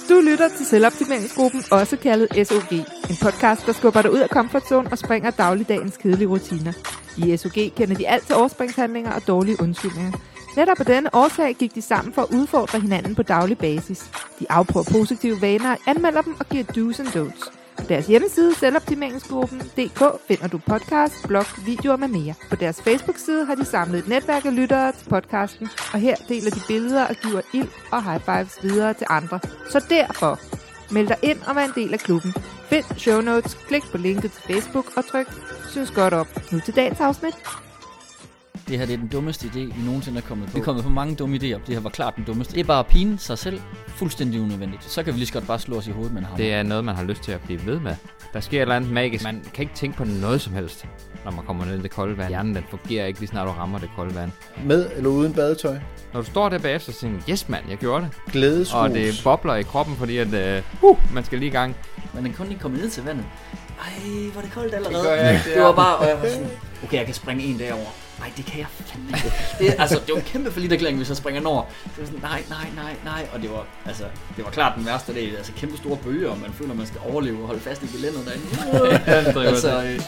Du lytter til Selvoptimeringsgruppen, også kaldet SOG. En podcast, der skubber dig ud af comfortzone og springer dagligdagens kedelige rutiner. I SOG kender de alt til overspringshandlinger og dårlige undskyldninger. Netop af denne årsag gik de sammen for at udfordre hinanden på daglig basis. De afprøver positive vaner, anmelder dem og giver do's and don'ts. På deres hjemmeside, selvoptimeringsgruppen.dk, finder du podcast, blog, videoer med mere. På deres Facebook-side har de samlet et netværk af lyttere til podcasten, og her deler de billeder og giver ild og high fives videre til andre. Så derfor, meld dig ind og vær en del af klubben. Find show notes, klik på linket til Facebook og tryk synes godt op. Nu til dagens afsnit. Det her det er den dummeste idé, vi nogensinde er kommet på. Vi er kommet på mange dumme idéer. Det her var klart den dummeste. Det er bare at pine sig selv. Fuldstændig unødvendigt. Så kan vi lige så godt bare slå os i hovedet med en hammer. Det er noget, man har lyst til at blive ved med. Der sker et eller andet magisk. Man kan ikke tænke på noget som helst, når man kommer ned i det kolde vand. Hjernen den fungerer ikke, lige snart du rammer det kolde vand. Med eller uden badetøj? Når du står der bagefter, så tænker yes mand, jeg gjorde det. Glædesrus. Og det bobler i kroppen, fordi at man skal lige i gang. Men den kunne ikke komme ned til vandet. Ej, var det koldt allerede. Det gør jeg ikke. Det var bare, og jeg var sådan, okay, jeg kan springe en dag over. Nej, det kan jeg fandme ikke. Det var en kæmpe forlitterklæring, hvis jeg springer over. Det var sådan, nej. Og det var klart den værste dag. Altså kæmpe store bølger, og man føler, man skal overleve og holde fast i gelændet derinde.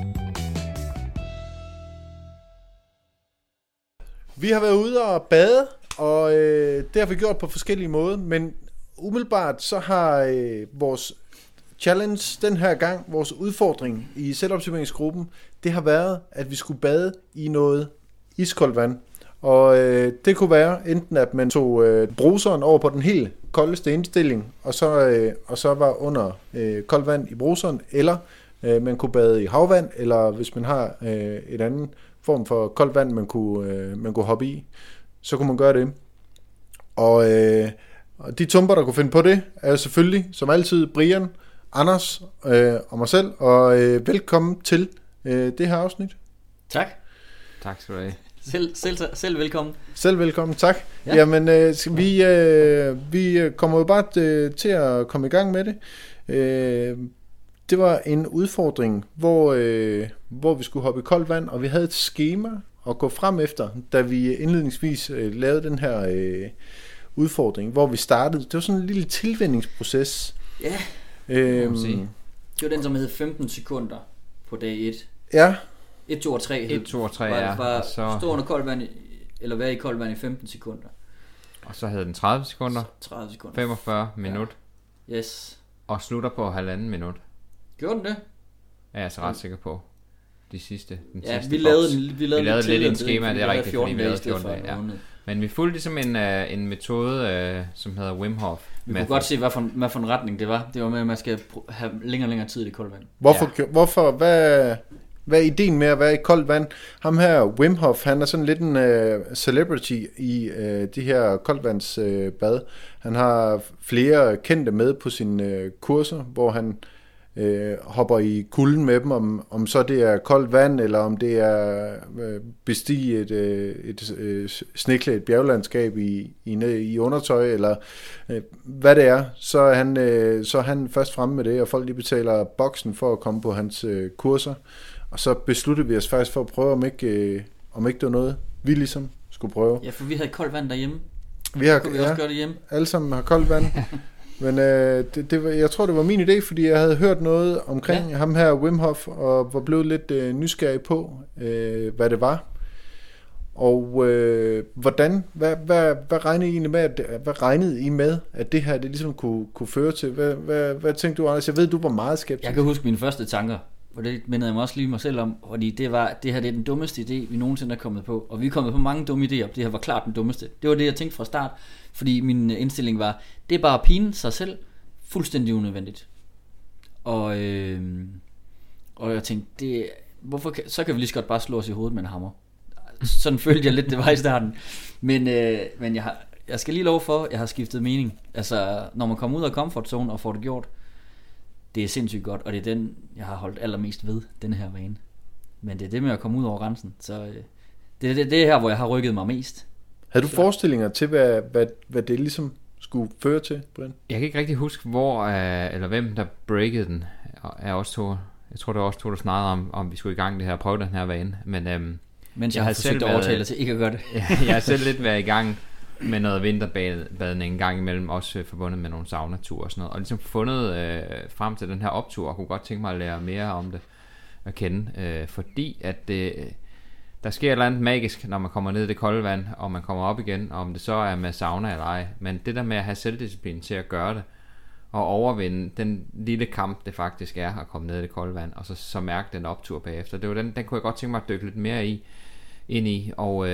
Vi har været ude og bade, og det har vi gjort på forskellige måder. Men umiddelbart så har vores challenge den her gang, vores udfordring i selvoptimeringsgruppen, det har været, at vi skulle bade i noget iskoldt vand. Og det kunne være enten, at man tog bruseren over på den helt koldeste indstilling, og så var under koldt vand i bruseren, eller man kunne bade i havvand, eller hvis man har et andet form for koldt vand, man kunne hoppe i, så kunne man gøre det. Og de tumper, der kunne finde på det, er selvfølgelig, som altid, Brian, Anders og mig selv, og velkommen til det her afsnit. Tak. Tak skal du have. Selv velkommen. Selv velkommen, tak. Ja. Jamen, vi kommer jo bare til at komme i gang med det. Det var en udfordring, hvor vi skulle hoppe i koldt vand, og vi havde et schema at gå frem efter, da vi indledningsvis lavede den her udfordring, hvor vi startede. Det var sådan en lille tilvændingsproces. Ja. Det var den, som hed 15 sekunder på dag 1. Ja. 1, 2 og 3. 1, 2 og 3, ja. Var stå under koldt vand, eller være i koldt vand i 15 sekunder. Og så havde den 30 sekunder. 30 sekunder. 45 minut. Ja. Yes. Og slutter på 1,5 minut. Gjorde den det? Ja, jeg er så ret sikker på. Den sidste vi lavede lidt i en schema, det er rigtigt, fordi vi lavede 14 dage. Ja. Men vi fulgte ligesom en metode, som hedder Wim Hof. Vi kunne godt se, hvad for en retning det var. Det var med, at man skal have længere tid i koldt vand. Hvorfor? Hvad er ideen med at være i koldt vand? Ham her, Wim Hof, han er sådan lidt en celebrity i de her koldvandsbad. Han har flere kendte med på sine kurser, hvor han hopper i kulden med dem, om så det er koldt vand, eller om det er bestige et sneklædt bjerglandskab i undertøj, eller hvad det er, så er han først fremme med det, og folk de betaler boksen for at komme på hans kurser. Og så besluttede vi os faktisk for at prøve, om ikke det var noget, vi ligesom skulle prøve. Ja, for vi havde koldt vand derhjemme. Vi har, kunne vi også gøre det hjemme. Alle sammen har koldt vand. Men jeg tror, det var min idé, fordi jeg havde hørt noget omkring ham her, Wim Hof, og var blevet lidt nysgerrig på, hvad det var. Og hvad regnede I med, at det her det ligesom kunne føre til? Hvad tænkte du, Anders? Jeg ved, du var meget skeptisk. Jeg kan huske mine første tanker, og det mindede jeg mig også lige mig selv om, fordi det her det er den dummeste idé, vi nogensinde er kommet på. Og vi er kommet på mange dumme idéer, det her var klart den dummeste. Det var det, jeg tænkte fra start, fordi min indstilling var, det er bare at pine sig selv, fuldstændig unødvendigt. Og jeg tænkte, så kan vi lige så godt bare slå os i hovedet med en hammer. Sådan følte jeg lidt, det var i starten. Men jeg skal lige love for, jeg har skiftet mening. Altså, når man kommer ud af comfort zone og får det gjort, det er sindssygt godt, og det er den, jeg har holdt allermest ved, den her vane. Men det er det med at komme ud over grænsen, så det er her, hvor jeg har rykket mig mest. Havde du forestillinger til, hvad det ligesom skulle føre til, Brian? Jeg kan ikke rigtig huske, hvor eller hvem, der breakede den af os to. Jeg tror, det var os to, der snakkede om vi skulle i gang det her, prøve den her vane. Men mens jeg har forsøgt at overtale dig til ikke at gøre det. Jeg har selv lidt været i gang. med noget vinterbadning en gang imellem, også forbundet med nogle saunature og sådan noget, og ligesom fundet frem til den her optur, og kunne godt tænke mig at lære mere om det at kende, fordi at der sker et eller andet magisk, når man kommer ned i det kolde vand, og man kommer op igen, og om det så er med sauna eller ej, men det der med at have selvdisciplin til at gøre det, og overvinde den lille kamp, det faktisk er at komme ned i det kolde vand, og så mærke den optur bagefter. Det var den kunne jeg godt tænke mig at dykke lidt mere ind i, og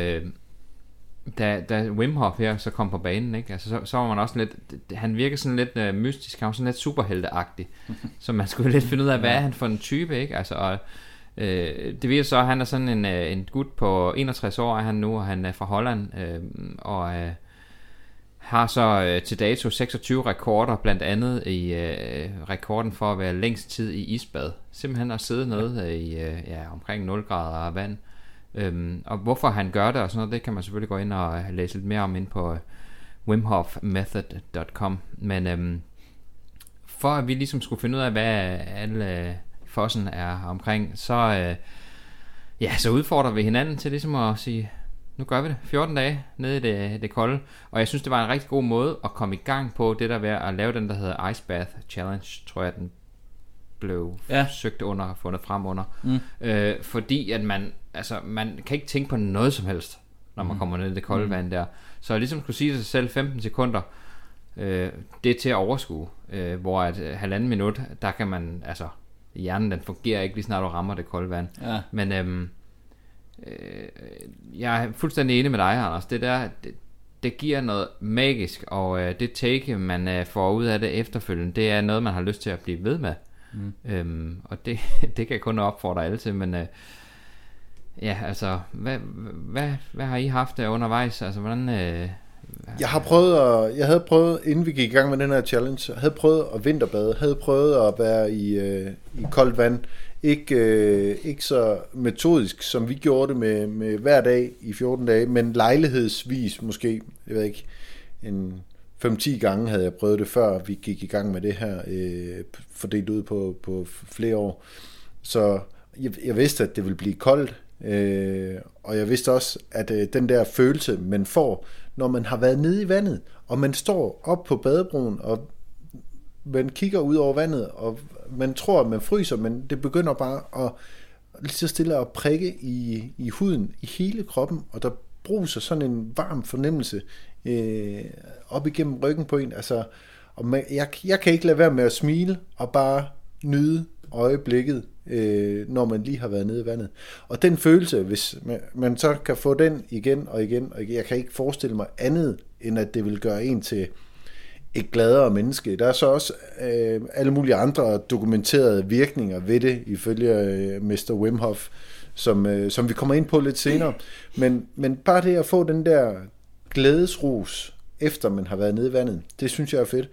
da Wim Hof her så kom på banen, ikke? Altså, så var man også lidt, han virker sådan lidt mystisk, han var sådan lidt superhelteagtig, så man skulle lidt finde ud af, hvad er han for en type, ikke? Altså, og det viser så, at han er sådan en gut på 61 år er han nu, og han er fra Holland, og har så til dato 26 rekorder, blandt andet i rekorden for at være længst tid i isbad. Simpelthen at sidde nede i omkring 0 grader vand. Og hvorfor han gør det og sådan noget, det kan man selvfølgelig gå ind og læse lidt mere om ind på wimhofmethod.com. Men for at vi ligesom skulle finde ud af, hvad alle fossen er omkring, så udfordrer vi hinanden til ligesom at sige, nu gør vi det. 14 dage nede i det kolde. Og jeg synes, det var en rigtig god måde at komme i gang på det der ved at lave den, der hedder Ice Bath Challenge, tror jeg, den blev søgt under, fundet frem under. Fordi at man kan ikke tænke på noget som helst, når man kommer ned i det kolde vand der. Så jeg ligesom skulle sige til sig selv 15 sekunder, det er til at overskue. Hvor et 1,5 minut, der kan man, altså hjernen den fungerer ikke lige snart du rammer det kolde vand. Ja. Men jeg er fuldstændig enig med dig, Anders. Det der, det giver noget magisk, og det take, man får ud af det efterfølgende, det er noget, man har lyst til at blive ved med. Og det kan jeg kun opfordre alle til, men hvad har I haft undervejs? Altså, hvordan... Jeg havde prøvet, inden vi gik i gang med den her challenge, havde prøvet at vinterbade, havde prøvet at være i koldt vand, ikke så metodisk, som vi gjorde det med hver dag i 14 dage, men lejlighedsvis måske, jeg ved ikke, en 5-10 gange havde jeg prøvet det, før vi gik i gang med det her, fordelt ud på flere år. Så jeg vidste, at det ville blive koldt, og jeg vidste også, at den der følelse, man får, når man har været nede i vandet, og man står op på badebroen, og man kigger ud over vandet, og man tror, at man fryser, men det begynder bare at lige så stille at prikke i huden, i hele kroppen, og der bruser sådan en varm fornemmelse op igennem ryggen på en. Altså, og jeg kan ikke lade være med at smile og bare nyde øjeblikket, når man lige har været nede i vandet. Og den følelse, hvis man så kan få den igen og igen, og jeg kan ikke forestille mig andet, end at det vil gøre en til et gladere menneske. Der er så også alle mulige andre dokumenterede virkninger ved det, ifølge Mr. Wim Hof, som vi kommer ind på lidt senere. Men bare det at få den der glædesrus, efter man har været nede i vandet, det synes jeg er fedt.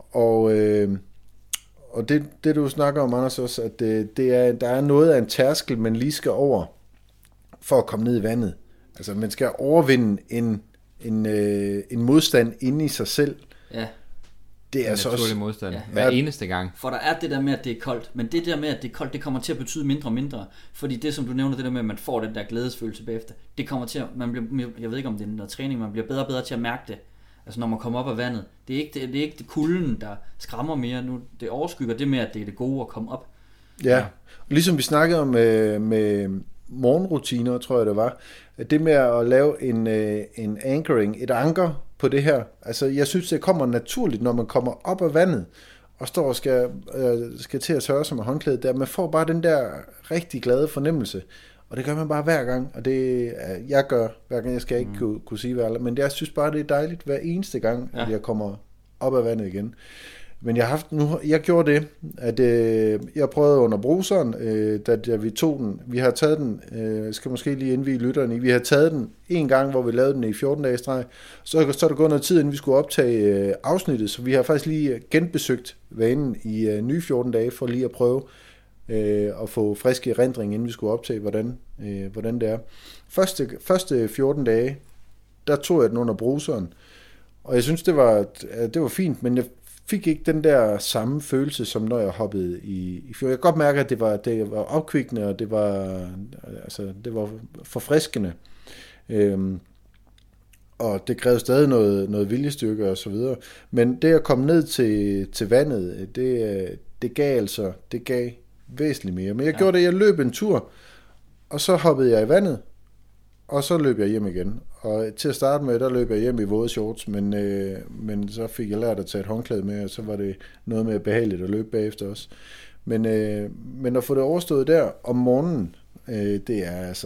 Og det du snakker om, Anders, også, at der er noget af en tærskel, man lige skal over, for at komme ned i vandet. Altså, man skal overvinde en modstand inde i sig selv. Ja. Det er så også modstand. Ja. Hver eneste gang. For der er det der med, at det er koldt, men det der med, at det er koldt, det kommer til at betyde mindre og mindre. Fordi det, som du nævner, det der med, at man får den der glædesfølelse bagefter, det kommer til at, jeg ved ikke, om det er noget træning, man bliver bedre og bedre til at mærke det. Altså når man kommer op af vandet. Det er ikke det kulden, der skræmmer mere nu. Det overskygger det med, at det er det gode at komme op. Ja, ligesom vi snakkede om med morgenrutiner, tror jeg det var. Det med at lave en anchoring, et anker på det her. Altså jeg synes, det kommer naturligt, når man kommer op af vandet og står og skal til at tørre sig med håndklædet der. Man får bare den der rigtig glade fornemmelse. Og det gør man bare hver gang, og det jeg gør hver gang. Jeg skal ikke kunne sige hvad, men jeg synes bare, det er dejligt hver eneste gang, at jeg kommer op af vandet igen. Men jeg gjorde det, at jeg prøvede under bruseren, da vi tog den. Vi har taget den, skal måske lige indvige lytteren i, vi har taget den en gang, hvor vi lavede den i 14 dage streg. Så er der gået noget tid, inden vi skulle optage afsnittet, så vi har faktisk lige genbesøgt vanen i nye 14 dage, for lige at prøve at få frisk erindring, inden vi skulle optage, hvordan det er. Første 14 dage, der tog jeg den under bruseren, og jeg synes, det var fint, men jeg fik ikke den der samme følelse, som når jeg hoppede i fjord. Jeg kan godt mærke, at det var opkvikkende, og det var forfriskende. og det krævede stadig noget viljestyrke og så videre. Men det at komme ned til vandet, det gav væsentligt mere. Men jeg gjorde det, jeg løb en tur, og så hoppede jeg i vandet, og så løb jeg hjem igen. Og til at starte med, der løb jeg hjem i våde shorts, men så fik jeg lært at tage et håndklæde med, og så var det noget mere behageligt at løbe bagefter også. Men at få det overstået der om morgenen, det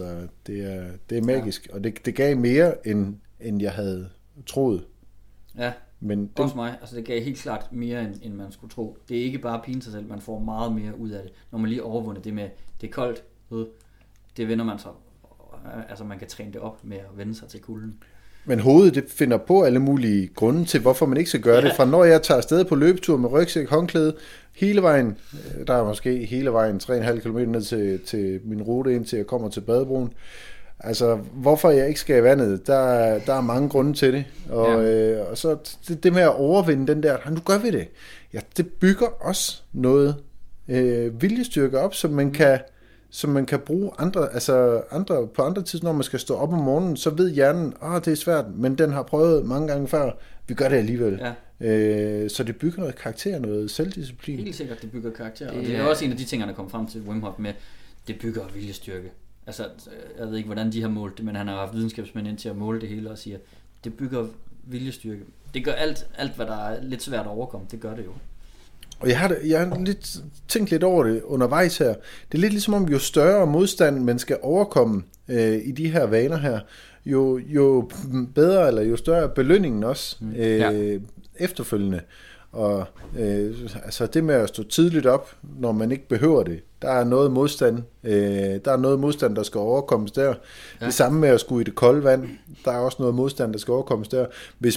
er magisk, og det gav mere, end jeg havde troet. Ja, men også mig. Altså det gav helt klart mere, end man skulle tro. Det er ikke bare at pine sig selv, man får meget mere ud af det. Når man lige overvundet det med, det er koldt, det vender man så. Altså man kan træne det op med at vende sig til kulden. Men hovedet, det finder på alle mulige grunde til, hvorfor man ikke skal gøre det. Fra når jeg tager afsted på løbetur med rygsæk, håndklæde, hele vejen, der er måske hele vejen 3,5 km ned til min rute, indtil jeg kommer til badebroen. Altså, hvorfor jeg ikke skal i vandet, der er mange grunde til det. Og så det med at overvinde den der, nu gør vi det. Ja, det bygger også noget viljestyrke op, som man kan bruge andre på andre tidspunkter, når man skal stå op om morgenen, så ved hjernen, det er svært, men den har prøvet mange gange før. Vi gør det alligevel. Ja. Så det bygger noget karakter, noget selvdisciplin. Helt sikkert, det bygger karakter. Og det er også en af de ting, der kommer frem til Wim Hof med, det bygger viljestyrke. Altså, jeg ved ikke, hvordan de har målt det, men han har haft videnskabsmænd ind til at måle det hele og siger, det bygger viljestyrke. Det gør alt, hvad der er lidt svært at overkomme, det gør det jo. Og jeg har tænkt lidt over det undervejs her. Det er lidt ligesom om, jo større modstand man skal overkomme i de her vaner her, jo bedre, eller jo større belønningen også efterfølgende. Og altså det med at stå tidligt op, når man ikke behøver det, der er noget modstand, der skal overkommes der. Ja. Det samme med at skulle i det kolde vand, der er også noget modstand, der skal overkommes der. Hvis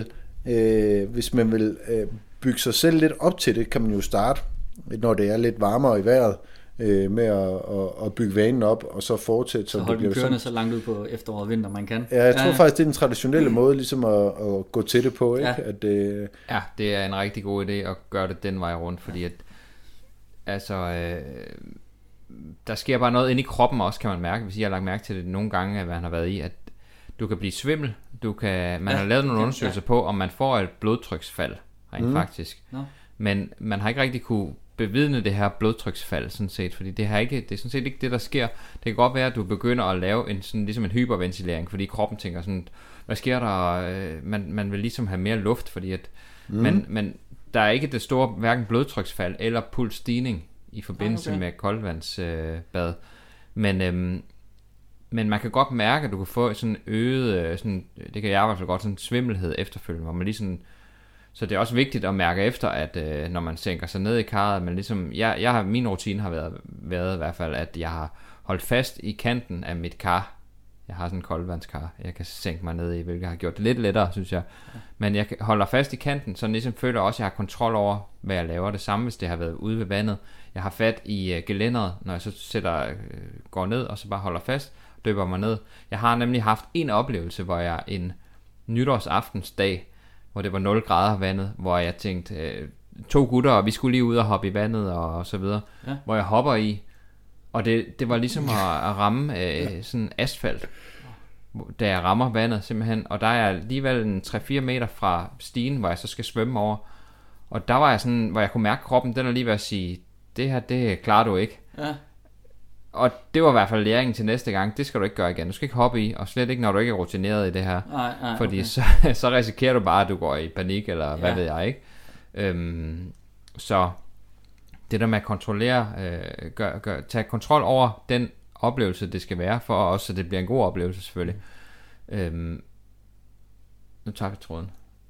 man vil bygge sig selv lidt op til det, kan man jo starte, når det er lidt varmere i vejret, med at bygge vanen op, og så fortsætte. Så holde den kørende så langt ud på efteråret og vinter, man kan. Ja, jeg tror faktisk, det er den traditionelle måde, ligesom at gå til det på. Ikke? Ja. At, ja, det er en rigtig god idé at gøre det den vej rundt, fordi at, der sker bare noget inde i kroppen også, kan man mærke, hvis jeg har lagt mærke til det nogle gange, at man har været i, at du kan blive svimmel, man har lavet nogle undersøgelser på, om man får et blodtryksfald, rent faktisk. No. Men man har ikke rigtig kunne bevidne det her blodtryksfald, sådan set, fordi det er sådan set ikke det, der sker. Det kan godt være, at du begynder at lave ligesom en hyperventilering, fordi kroppen tænker sådan, hvad sker der? Man vil ligesom have mere luft, fordi at men der er ikke det store hverken blodtryksfald eller pulsstigning i forbindelse med koldvandsbad. Men man kan godt mærke, at du kan få sådan øget, det kan jeg i hvert fald godt, sådan svimmelhed efterfølgende, hvor man lige sådan. Så det er også vigtigt at mærke efter, at når man sænker sig ned i karret, men ligesom, min rutine har været i hvert fald, at jeg har holdt fast i kanten af mit kar. Jeg har sådan en koldvandskar, jeg kan sænke mig ned i, hvilket har gjort det lidt lettere, synes jeg. Men jeg holder fast i kanten, så ligesom føler også, at jeg har kontrol over, hvad jeg laver. Det samme, hvis det har været ude ved vandet. Jeg har fat i gelænderet, når jeg så går ned, og så bare holder fast, døber mig ned. Jeg har nemlig haft en oplevelse, hvor jeg en nytårsaftensdag, hvor det var 0 grader vandet, hvor jeg tænkte, 2 gutter, og vi skulle lige ud og hoppe i vandet og så videre, hvor jeg hopper i, og det var ligesom at ramme sådan asfalt, da jeg rammer vandet simpelthen, og der er alligevel en 3-4 meter fra stigen, hvor jeg så skal svømme over, og der var jeg sådan, hvor jeg kunne mærke kroppen, den er lige ved at sige, det her, det klarer du ikke. Ja. Og det var i hvert fald læringen til næste gang. Det skal du ikke gøre igen. Du skal ikke hoppe i, og slet ikke, når du ikke er rutineret i det her. Nej, fordi okay. så risikerer du bare, at du går i panik, eller hvad ved jeg, ikke? Så det der med at kontrollere, tage kontrol over den oplevelse, det skal være, for os, så det bliver en god oplevelse selvfølgelig. Nu tager vi tråden.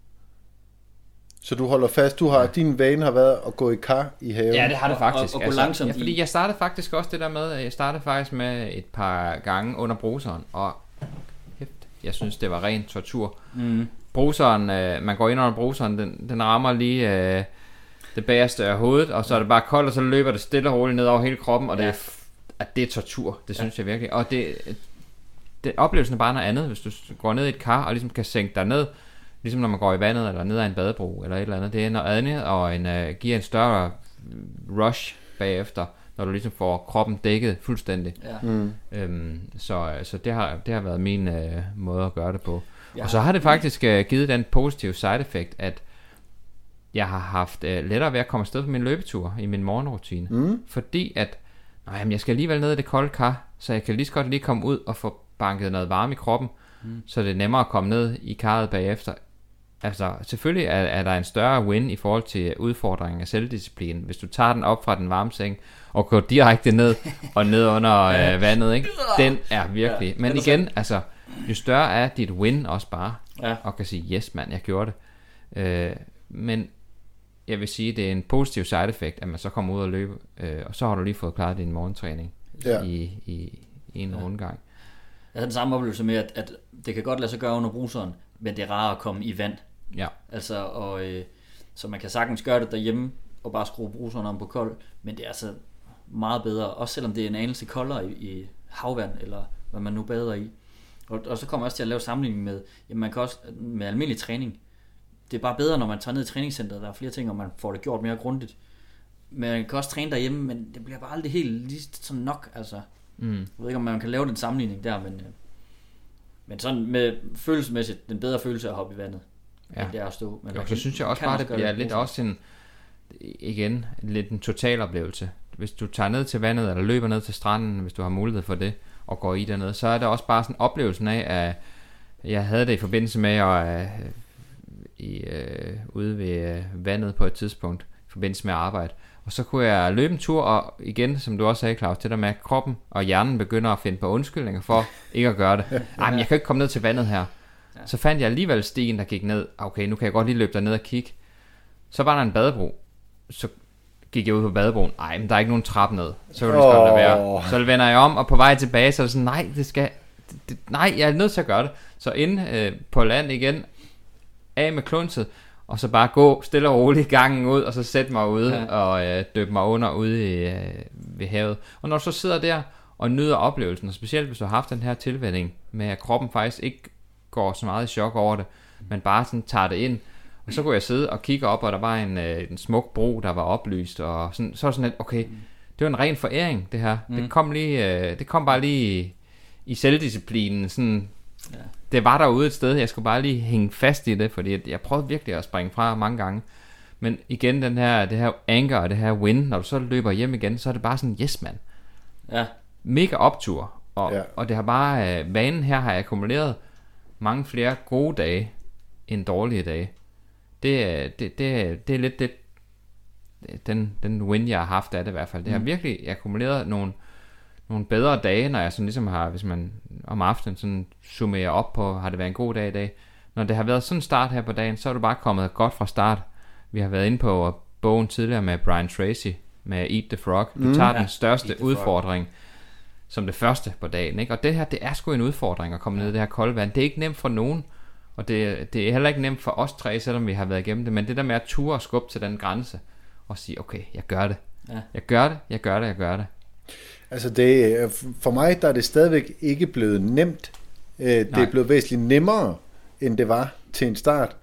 Så du holder fast, din vane har været at gå i kar i haven? Ja, det har det faktisk. Og gå langsomt i. Fordi jeg startede faktisk også det der med, jeg startede faktisk med et par gange under bruseren, og jeg synes, det var ren tortur. Bruseren, man går ind under bruseren, den rammer lige det bagerste af hovedet, og så er det bare koldt, og så løber det stille og roligt ned over hele kroppen, og det er tortur, det synes jeg virkelig. Og det oplevelsen er bare noget andet, hvis du går ned i et kar, og ligesom kan sænke dig ned, ligesom når man går i vandet, eller ned ad en badebro, eller et eller andet. Det er noget andet, og giver en større rush bagefter, når du ligesom får kroppen dækket fuldstændig. Ja. Så det har været min måde at gøre det på. Og så har det faktisk givet den positive side effect, at jeg har haft lettere ved at komme afsted på min løbetur i min morgenrutine. Fordi at jeg skal alligevel ned i det kolde kar, så jeg kan lige så godt lige komme ud og få banket noget varme i kroppen, så det er nemmere at komme ned i karret bagefter. Altså selvfølgelig er der en større win i forhold til udfordringen af selvdisciplin, hvis du tager den op fra den varme seng og går direkte ned og ned under vandet, ikke? Den er virkelig. Men igen, altså jo større er dit win også bare, og kan sige, yes mand, jeg gjorde det. Men jeg vil sige, det er en positiv side effect, at man så kommer ud og løbe, og så har du lige fået klaret din morgentræning i en rundgang. Jeg havde den samme oplevelse med, at det kan godt lade sig gøre under bruseren, men det er rart at komme i vand. Ja. Altså, så man kan sagtens gøre det derhjemme, og bare skrue bruseren om på kold, men det er altså meget bedre, også selvom det er en anelse koldere i havvand, eller hvad man nu bader i. Og så kommer jeg også til at lave sammenligning med, jamen man kan også, med almindelig træning, det er bare bedre, når man tager ned i træningscenteret, der er flere ting, og man får det gjort mere grundigt. Men man kan også træne derhjemme, men det bliver bare aldrig helt lige sådan nok, altså. Jeg ved ikke, om man kan lave den sammenligning der, men sådan med følelsesmæssigt, den bedre følelse at hoppe i vandet, end det er at stå. Men så synes jeg også bare, det bliver lidt også en total oplevelse. Hvis du tager ned til vandet, eller løber ned til stranden, hvis du har mulighed for det, og går i dernede, så er det også bare sådan oplevelsen af, at jeg havde det i forbindelse med at ude ved vandet på et tidspunkt, i forbindelse med arbejde. Og så kunne jeg løbe en tur, og igen, som du også sagde, Claus, det der med, at kroppen og hjernen begynder at finde på undskyldninger for ikke at gøre det. Men jeg kan ikke komme ned til vandet her. Så fandt jeg alligevel stien, der gik ned. Okay, nu kan jeg godt lige løbe derned og kigge. Så var der en badebro. Så gik jeg ud på badebroen. Men der er ikke nogen trap ned. Så kan det godt lade være. Så vender jeg om, og på vej tilbage, så er det sådan, nej, jeg er nødt til at gøre det. Så inde på land igen, af med klunset, og så bare gå stille og roligt gangen ud, og så sætte mig ude og dyppe mig under ude ved havet. Og når du så sidder der og nyder oplevelsen, og specielt hvis du har haft den her tilvænning med, at kroppen faktisk ikke går så meget i chok over det, men bare sådan tager det ind, og så kunne jeg sidde og kigge op, og der var en smuk bro, der var oplyst, og sådan, så var sådan lidt, okay, det var en ren foræring, det her. Det kom bare lige i selvdisciplinen, sådan. Det var derude et sted, jeg skulle bare lige hænge fast i det, fordi jeg prøvede virkelig at springe fra mange gange. Men igen, det her anker og det her win, når du så løber hjem igen, så er det bare sådan, yes man. Ja. Mega optur. Og det har bare, vanen her har akkumuleret mange flere gode dage end dårlige dage. Det er lidt det, den win, jeg har haft af det i hvert fald. Det har virkelig akkumuleret nogle bedre dage, når jeg sådan ligesom har, hvis man om aftenen sådan summerer op på, har det været en god dag i dag. Når det har været sådan en start her på dagen, så er du bare kommet godt fra start. Vi har været inde på bogen tidligere med Brian Tracy, med Eat the Frog. Du tager den største udfordring som det første på dagen, ikke? Og det her, det er sgu en udfordring at komme ned i det her kolde vand. Det er ikke nemt for nogen, og det er heller ikke nemt for os tre, selvom vi har været igennem det. Men det der med at ture og skubbe til den grænse, og sige, okay, jeg gør det. Jeg gør det. Altså for mig der er det stadigvæk ikke blevet nemt. Det er blevet væsentligt nemmere, end det var til en start.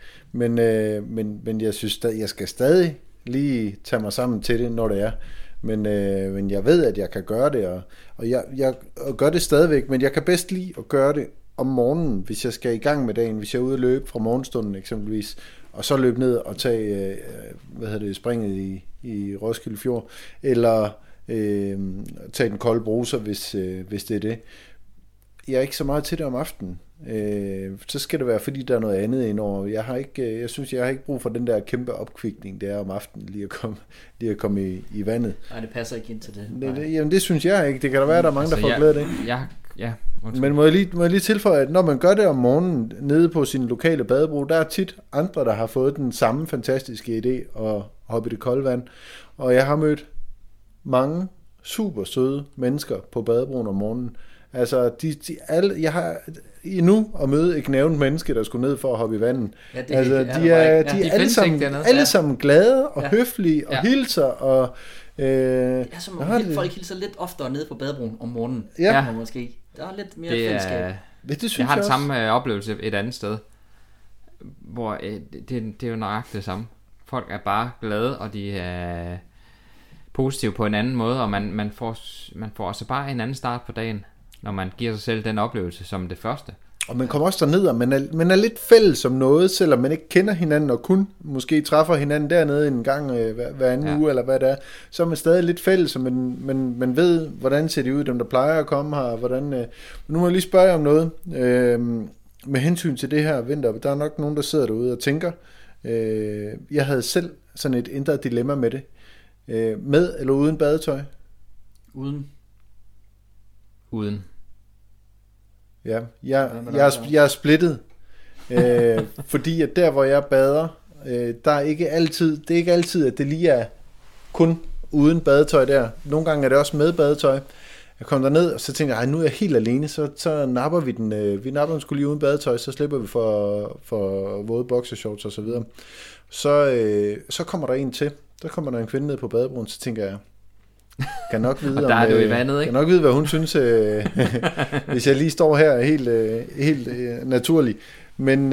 Men jeg synes, jeg skal stadig lige tage mig sammen til det, når det er. Men jeg ved, at jeg kan gøre det, og jeg gør det stadigvæk, men jeg kan bedst lide at gøre det om morgenen, hvis jeg skal i gang med dagen, hvis jeg er ude at løbe fra morgenstunden eksempelvis, og så løbe ned og tage springet i Roskilde Fjord, eller tage den kolde bruser, hvis det er det. Jeg er ikke så meget til det om aftenen. Så skal det være, fordi der er noget andet indover. Jeg synes, jeg har ikke brug for den der kæmpe opkvikning, det er om aftenen, lige at komme i vandet. Nej, det passer ikke ind til det. Jamen, det synes jeg ikke. Det kan da være, at der er mange, der får glæde af det. Ja. Men må jeg lige tilføje, at når man gør det om morgenen nede på sin lokale badebro, der er tit andre, der har fået den samme fantastiske idé at hoppe i det kolde vand. Og jeg har mødt mange super søde mennesker på badebroen om morgenen. Altså, jeg har endnu at møde et nævnt menneske, der skulle ned for at hoppe i vandet. Ja, de er alle sammen glade og høflige og hilser. Og, det er som om folk hilser lidt oftere ned på badebroen om morgenen. Ja. Måske. Der er lidt mere fællesskab. Det synes jeg har den samme oplevelse et andet sted, hvor det er jo nøjagtigt det samme. Folk er bare glade, og de er positive på en anden måde, og man får også bare en anden start på dagen, når man giver sig selv den oplevelse som det første. Og man kommer også derned, og man er lidt fælles om noget, selvom man ikke kender hinanden, og kun måske træffer hinanden dernede en gang hver anden uge, eller hvad det er. Så er man stadig lidt fælles, og man ved, hvordan ser de ud, dem der plejer at komme her, hvordan... Nu må jeg lige spørge jer om noget. Med hensyn til det her vinter, der er nok nogen, der sidder derude og tænker. Jeg havde selv sådan et indre dilemma med det. Med eller uden badetøj? Uden. Ja, jeg er splittet, fordi at der hvor jeg bader, der er ikke altid, at det lige er kun uden badetøj der. Nogle gange er det også med badetøj. Jeg kom derned, og så tænkte jeg, nu er jeg helt alene, så napper vi den. Vi napper den sgu lige uden badetøj, så slipper vi for våde boxershorts og så videre. Så kommer der en til. Der kommer der en kvinde ned på badebroen, så tænker jeg, kan nok vide, og der er du i vandet, ikke? Kan nok vide, hvad hun synes, hvis jeg lige står her helt naturligt. Men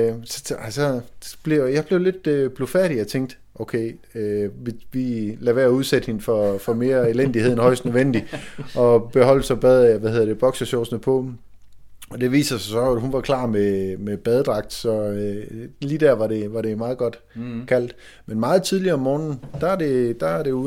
jeg blev lidt blufærdig og tænkte, okay, vi lader være at udsætte hende for mere elendighed end højst nødvendigt, og beholde sig boxershortsene på. Og det viser sig så, at hun var klar med badedragt, så lige der var det meget godt kaldt. Men meget tidligere om morgenen, der er det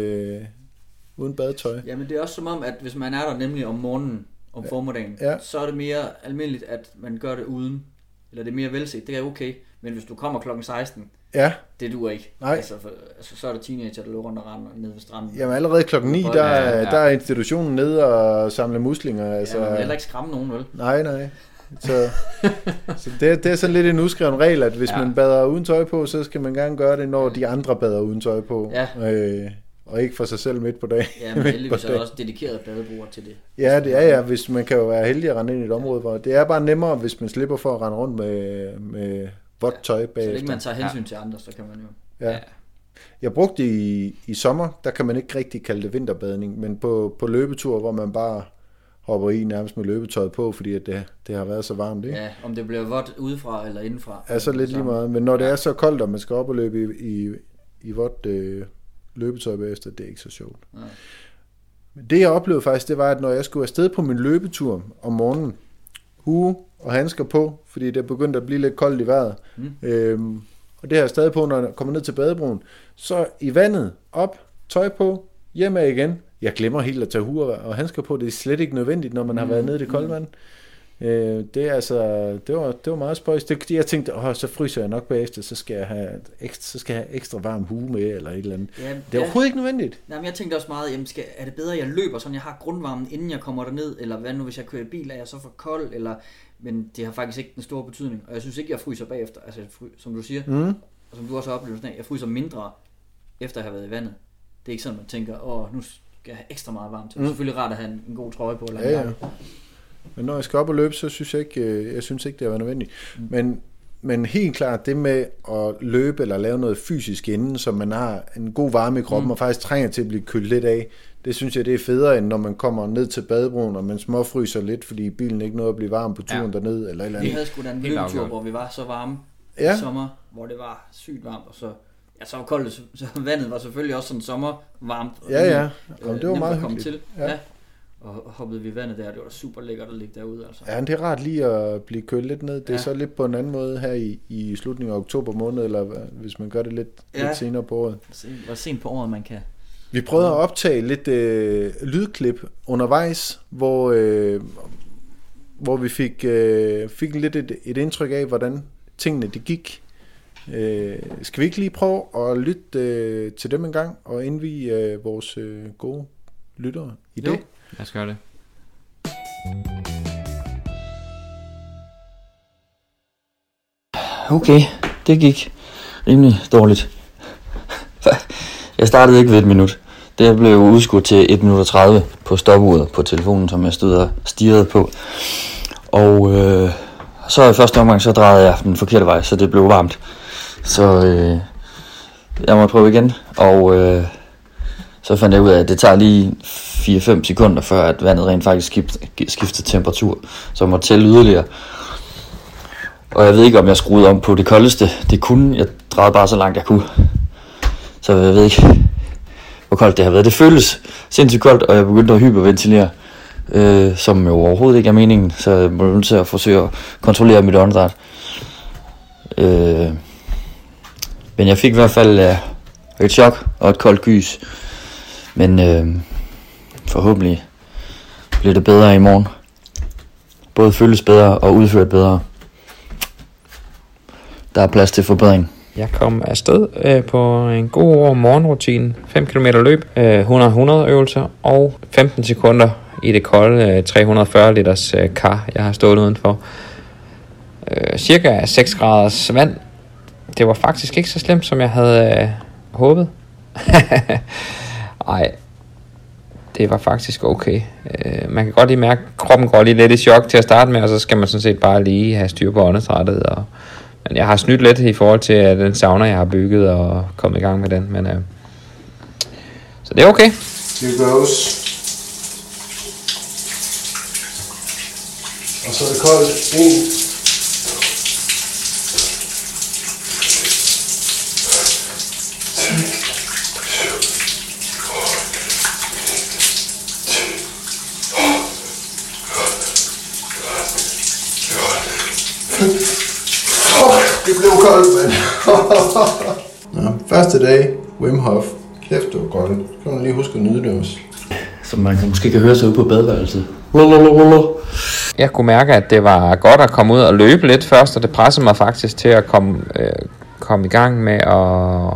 uden badetøj. Jamen det er også som om, at hvis man er der nemlig om morgenen, om formiddagen, så er det mere almindeligt, at man gør det uden. Eller det er mere velset, det er okay. Men hvis du kommer klokken 16, det duer ikke. Nej. Altså, så er der teenager, der løber rundt og render nede ved stranden. Jamen allerede klokken 9, der er institutionen nede og samle muslinger. Altså. Ja, man vil heller ikke skræmme nogen, vel? Nej. Så det er sådan lidt en uskreven regel, at hvis man bader uden tøj på, så skal man gerne gøre det, når de andre bader uden tøj på. Ja. Og ikke for sig selv midt på dagen. Ja, men heldigvis er der også dedikeret badebruger til det. Ja, det er hvis man kan jo være heldig at rende ind i et område, hvor det er bare nemmere, hvis man slipper for at rende rundt med vådt tøj bagefter. Så længe man tager hensyn til andre, så kan man jo... Ja. Jeg brugte i sommer, der kan man ikke rigtig kalde det vinterbadning, men på løbetur, hvor man bare hopper i nærmest med løbetøjet på, fordi at det har været så varmt, ikke? Ja, om det bliver vådt udefra eller indenfra. Ja, så lidt lige meget. Men når det er så koldt, og man skal op og løbe i vådt løbetøj bagefter, det er ikke så sjovt. Ja. Men det jeg oplevede faktisk, det var, at når jeg skulle afsted på min løbetur om morgenen, hue og handsker på, fordi det begyndte at blive lidt koldt i vejret, og det har jeg stadig på, når jeg kommer ned til badebroen, så i vandet, op, tøj på, hjemme igen. Jeg glemmer helt at tage hue og handsker på, det er slet ikke nødvendigt, når man har været nede i det kolde vand. Det var meget spøjs. Jeg tænkte, så fryser jeg nok bagefter, så skal jeg have ekstra varm hue med, eller et eller andet. Ja, det er overhovedet ikke nødvendigt. Nej, men jeg tænkte også meget, er det bedre, at jeg løber, sådan jeg har grundvarmen, inden jeg kommer derned, eller hvad nu, hvis jeg kører i bil, er jeg så for kold, eller... Men det har faktisk ikke den store betydning, og jeg synes ikke, jeg fryser bagefter, altså som du siger, og som du også har oplevet, jeg fryser mindre, efter at have været i vandet. Det er ikke sådan, man tænker, nu skal jeg have ekstra meget varmt. Det er selvfølgelig rart at have en god trøje på, eller ja. Men når jeg skal op og løbe, så synes jeg ikke, det er nødvendigt. Men helt klart, det med at løbe eller lave noget fysisk inden, så man har en god varme i kroppen, og faktisk trænger til at blive kølet lidt af, det synes jeg, det er federe, end når man kommer ned til badebroen, og man småfryser lidt, fordi bilen ikke nåede at blive varm på turen derned, eller andet. Vi havde sgu da en løbetur, hvor vi var så varme i sommer, hvor det var sygt varmt, og så var koldt, så vandet var selvfølgelig også sådan sommervarmt. Ja. Det var meget hyggeligt. Til. Ja. Og hoppede vi i vandet der, det var super lækkert at ligge derude. Altså. Ja, det er rart lige at blive kølet lidt ned. Det er så lidt på en anden måde her i slutningen af oktober måned, eller hvis man gør det lidt senere på året. Hvor sent på året man kan. Vi prøvede at optage lidt lydklip undervejs, hvor vi fik lidt et indtryk af, hvordan tingene det gik. Skal vi ikke lige prøve at lytte til dem en gang, og indvie vores gode lyttere i det? Lad os gøre det. Okay, det gik rimelig dårligt. Jeg startede ikke ved 1 minut. Det blev udskudt til 1 minut og 30 på stopuret på telefonen, som jeg stod og stirrede på. Og så i første omgang, så drejede jeg den forkerte vej, så det blev varmt. Så jeg måtte prøve igen, og så fandt jeg ud af, at det tager lige 4-5 sekunder, før at vandet rent faktisk skifter temperatur, så jeg måtte tælle yderligere. Og jeg ved ikke, om jeg skruede om på det koldeste. Det kunne. Jeg drejede bare så langt jeg kunne. Så jeg ved ikke, hvor koldt det har været. Det føles sindssygt koldt, og jeg begyndte at hyperventilere. som jo overhovedet ikke er meningen, så jeg må nødt til at forsøge at kontrollere mit åndedræt. Men jeg fik i hvert fald et chok og et koldt gys, men forhåbentlig bliver det bedre i morgen. Både føles bedre og udført bedre. Der er plads til forbedring. Jeg kom afsted på en god morgenrutine. 5 km løb, 100-100 øvelser og 15 sekunder i det kolde 340 liters kar, jeg har stået udenfor. Cirka 6 graders vand. Det var faktisk ikke så slemt, som jeg havde håbet. Ej, det var faktisk okay. Man kan godt lige mærke, at kroppen går lige lidt i chok til at starte med, og så skal man sådan set bare lige have styr på åndedrættet. Men jeg har snydt lidt i forhold til den sauna, jeg har bygget og kommet i gang med den. Men, så det er okay. Here goes. Og så er det koldt. 1. Det blev koldt, mand. Nå, første dag, Wim Hof. Kæft, det var koldt. Så kan man lige huske at nyde det også. Som man måske kan høre sig ude på badeværelset. Jeg kunne mærke, at det var godt at komme ud og løbe lidt først, og det pressede mig faktisk til at komme i gang med at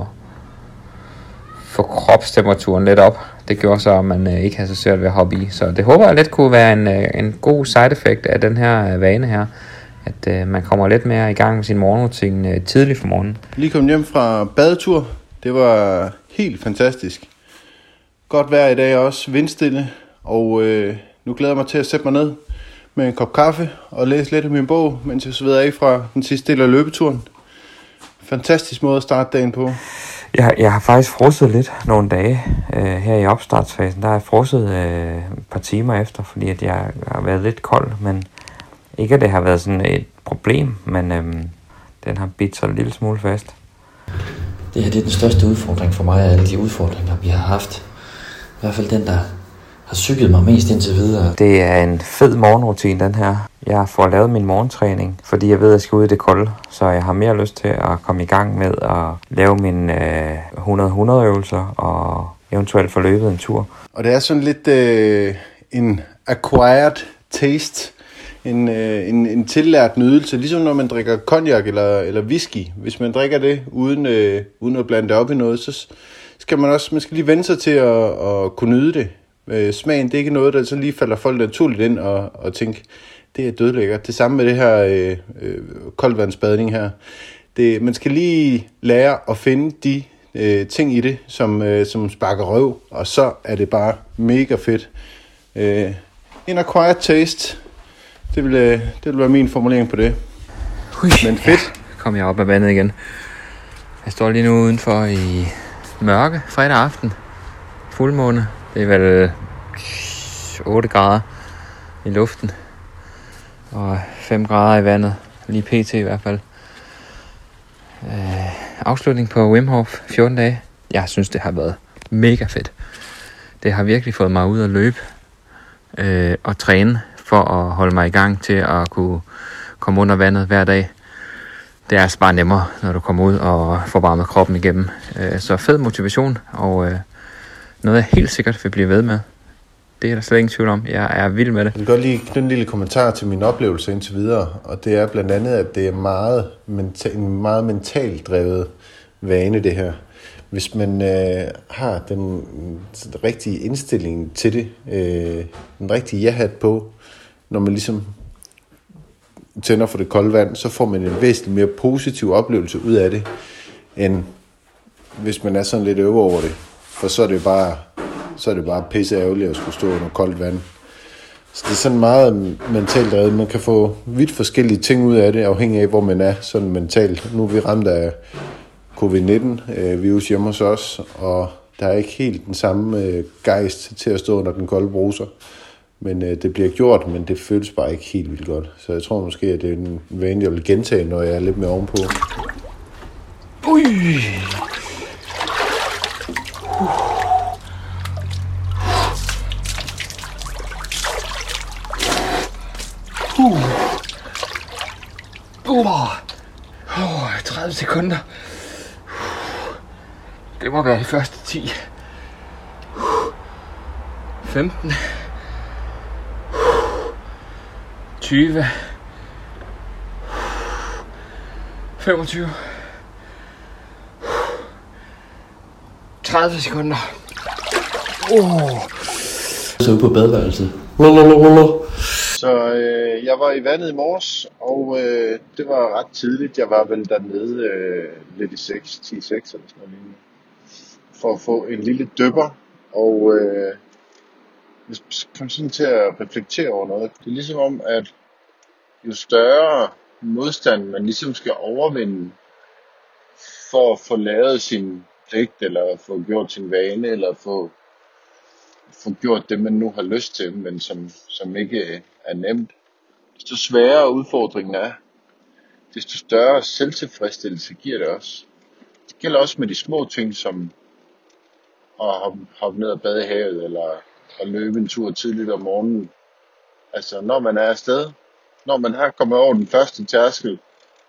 få kropstemperaturen lidt op. Det gjorde så, at man ikke havde så svært ved at hoppe i. Så det håber jeg lidt kunne være en god side effect af den her vane her. At man kommer lidt mere i gang med sin morgenrutine tidligt for morgenen. Lige kom hjem fra badetur. Det var helt fantastisk. Godt vejr i dag også. Vindstille. Og nu glæder jeg mig til at sætte mig ned med en kop kaffe og læse lidt af min bog, mens jeg sveder af fra den sidste del af løbeturen. Fantastisk måde at starte dagen på. Jeg har faktisk frosset lidt nogle dage her i opstartsfasen. Der har jeg frosset et par timer efter, fordi at jeg har været lidt kold, men ikke at det har været sådan et problem, men den har bidt sig en lille smule fast. Det her det er den største udfordring for mig af alle de udfordringer, vi har haft. I hvert fald den, der har cyklet mig mest indtil videre. Det er en fed morgenrutine, den her. Jeg får lavet min morgentræning, fordi jeg ved, at jeg skal ud i det kolde. Så jeg har mere lyst til at komme i gang med at lave mine 100-100 øvelser og eventuelt få løbet en tur. Og det er sådan lidt en acquired taste. En tillært nydelse, ligesom når man drikker cognac eller whisky. Hvis man drikker det uden at blande det op i noget, så skal man skal lige vende sig til at kunne nyde det. Smagen, det er ikke noget, der så lige falder folk naturligt ind og tænke, det er dødlækkert. Det samme med det her koldvandsbadning her. Man skal lige lære at finde de ting i det, som sparker røv, og så er det bare mega fedt. En acquired taste. Det vil være min formulering på det. Men fedt. Ja, kom jeg op af vandet igen. Jeg står lige nu udenfor i mørke fredag aften. Fuldmåne. Det er vel 8 grader i luften. Og 5 grader i vandet. Lige pt i hvert fald. Afslutning på Wim Hof. 14 dage. Jeg synes, det har været mega fedt. Det har virkelig fået mig ud at løbe. Og træne. For at holde mig i gang til at kunne komme under vandet hver dag. Det er altså bare nemmere, når du kommer ud og får varmet kroppen igennem. Så fed motivation, og noget jeg helt sikkert vil blive ved med. Det er der slet ingen tvivl om. Jeg er vild med det. Jeg vil godt lige knytte en lille kommentar til min oplevelse indtil videre. Og det er blandt andet, at det er en meget mentalt drevet vane, det her. Hvis man har den rigtige indstilling til det, den rigtige ja-hat på, når man ligesom tænder for det kolde vand, så får man en væsentligt mere positiv oplevelse ud af det, end hvis man er sådan lidt øver over det. For så er det bare pisse ærgerligt at skulle stå under koldt vand. Så det er sådan meget mentalt drevet. Man kan få vidt forskellige ting ud af det, afhængig af hvor man er sådan mentalt. Nu er vi ramt af covid-19 virus hjemme hos os, og der er ikke helt den samme gejst til at stå under den kolde bruser. Men det bliver gjort, men det føles bare ikke helt vildt godt. Så jeg tror måske, at det er en vane, jeg vil gentage, når jeg er lidt mere ovenpå. Ui! 30 sekunder. Det må være de første 10. 15. 20. 25. 30 sekunder. Så på badeværelset. Så jeg var i vandet i morges, og det var ret tidligt. Jeg var vel dernede lidt i 10-6 eller sådan noget lignende, for at få en lille dypper. Og jeg kom sådan til at reflektere over noget. Det er ligesom om, at jo større modstand man ligesom skal overvinde for at få lavet sin pligt, eller få gjort sin vane, eller få gjort det, man nu har lyst til, men som ikke er nemt. Desto sværere udfordringen er, desto større selvtilfredsstillelse giver det også. Det gælder også med de små ting, som at hoppe ned og bade i havet, eller at løbe en tur tidligt om morgenen. Altså, når man er afsted, når man har kommet over den første tærskel,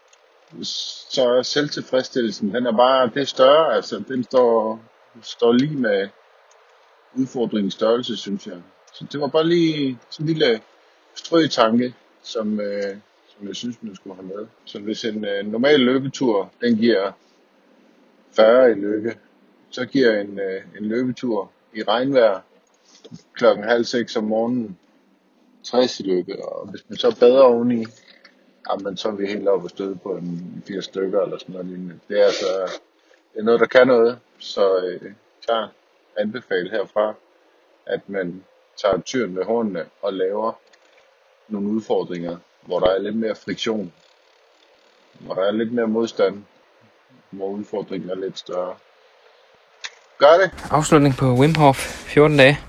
så er selvtilfredsstillelsen, det er større, altså den står lige med udfordringens størrelse, synes jeg. Så det var bare lige sådan en lille strøtanke, som jeg synes, man skulle have med. Så hvis en normal løbetur, den giver 40 i lykke, så giver en løbetur i regnvejr 5:30 om morgenen 60 i lykke. Og hvis man så bader oveni, jamen, så er vi helt oppe og støde på en 4 stykker eller sådan noget. Det er altså noget, der kan noget. Så klart anbefale herfra, at man tager tyren ved hornene og laver nogle udfordringer, hvor der er lidt mere friktion, hvor der er lidt mere modstand, hvor udfordringen er lidt større. Gør det! Afslutning på Wim Hof, 14 dage.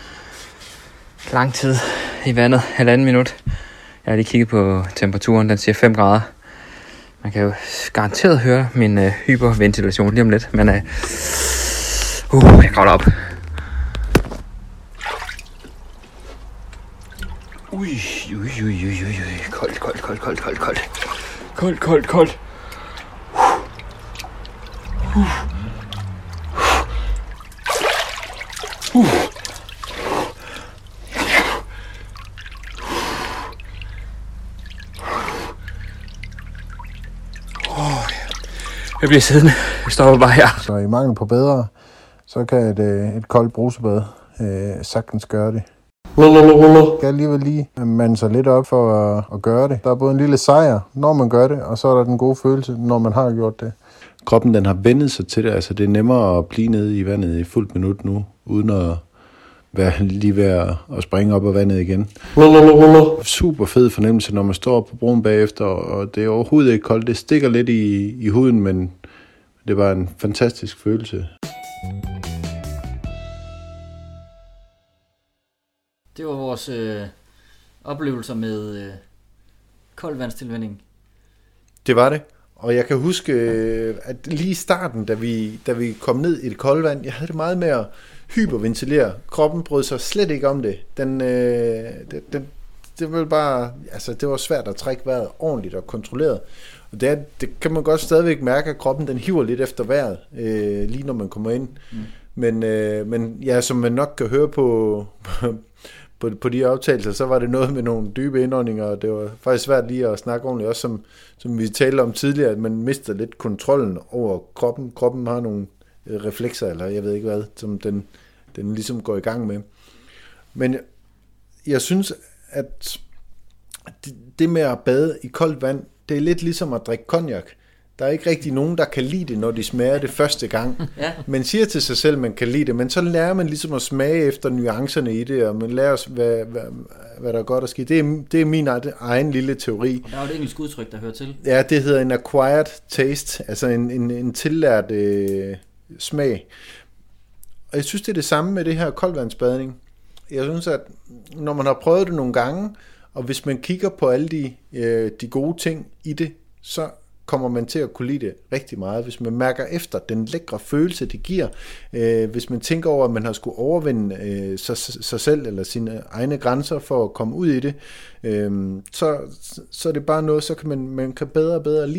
Lang tid i vandet, 1,5 minut. Jeg har lige kigget på temperaturen, den siger 5 grader. Man kan jo garanteret høre min hyperventilation lige om lidt, men jeg kravler op. Ui. Koldt. Jeg bliver siddende. Jeg stopper bare her. Så i mangel på bedre, så kan et koldt brusebad sagtens gøre det. Jeg kan alligevel lige mande sig lidt op for at gøre det. Der er både en lille sejr, når man gør det, og så er der den gode følelse, når man har gjort det. Kroppen den har vendet sig til det, altså det er nemmere at blive nede i vandet i fuldt minut nu, uden at være lige ved at springe op af vandet igen. Super fed fornemmelse, når man står på broen bagefter, og det er overhovedet ikke koldt. Det stikker lidt i huden, men det var en fantastisk følelse. Det var vores oplevelser med koldvandstilvænding. Det var det. Og jeg kan huske, at lige i starten, da vi kom ned i det kolde vand, jeg havde det meget med at hyperventilere. Kroppen brød sig slet ikke om det. Det var bare, altså det var svært at trække vejret ordentligt og kontrolleret. Og det kan man godt stadigvæk mærke, at kroppen den hiver lidt efter vejret, lige når man kommer ind. Men ja, som man nok kan høre på de optagelser, så var det noget med nogle dybe indåndinger, og det var faktisk svært lige at snakke ordentligt, også som vi talte om tidligere, at man mister lidt kontrollen over kroppen. Kroppen har nogle reflekser, eller jeg ved ikke hvad, som den ligesom går i gang med. Men jeg synes, at det med at bade i koldt vand, det er lidt ligesom at drikke cognac. Der er ikke rigtig nogen, der kan lide det, når de smager det første gang. Ja. Man siger til sig selv, at man kan lide det, men så lærer man ligesom at smage efter nuancerne i det, og man lærer, hvad der er godt at ske. Det er min egen lille teori. Og der er jo et engelsk udtryk, der hører til. Ja, det hedder en acquired taste, altså en tillært smag. Og jeg synes, det er det samme med det her koldvandsbadning. Jeg synes, at når man har prøvet det nogle gange, og hvis man kigger på alle de gode ting i det, så kommer man til at kunne lide det rigtig meget. Hvis man mærker efter den lækre følelse, det giver, hvis man tænker over, at man har skulle overvinde sig selv eller sine egne grænser for at komme ud i det, så er det bare noget, så kan man kan bedre og bedre lide det.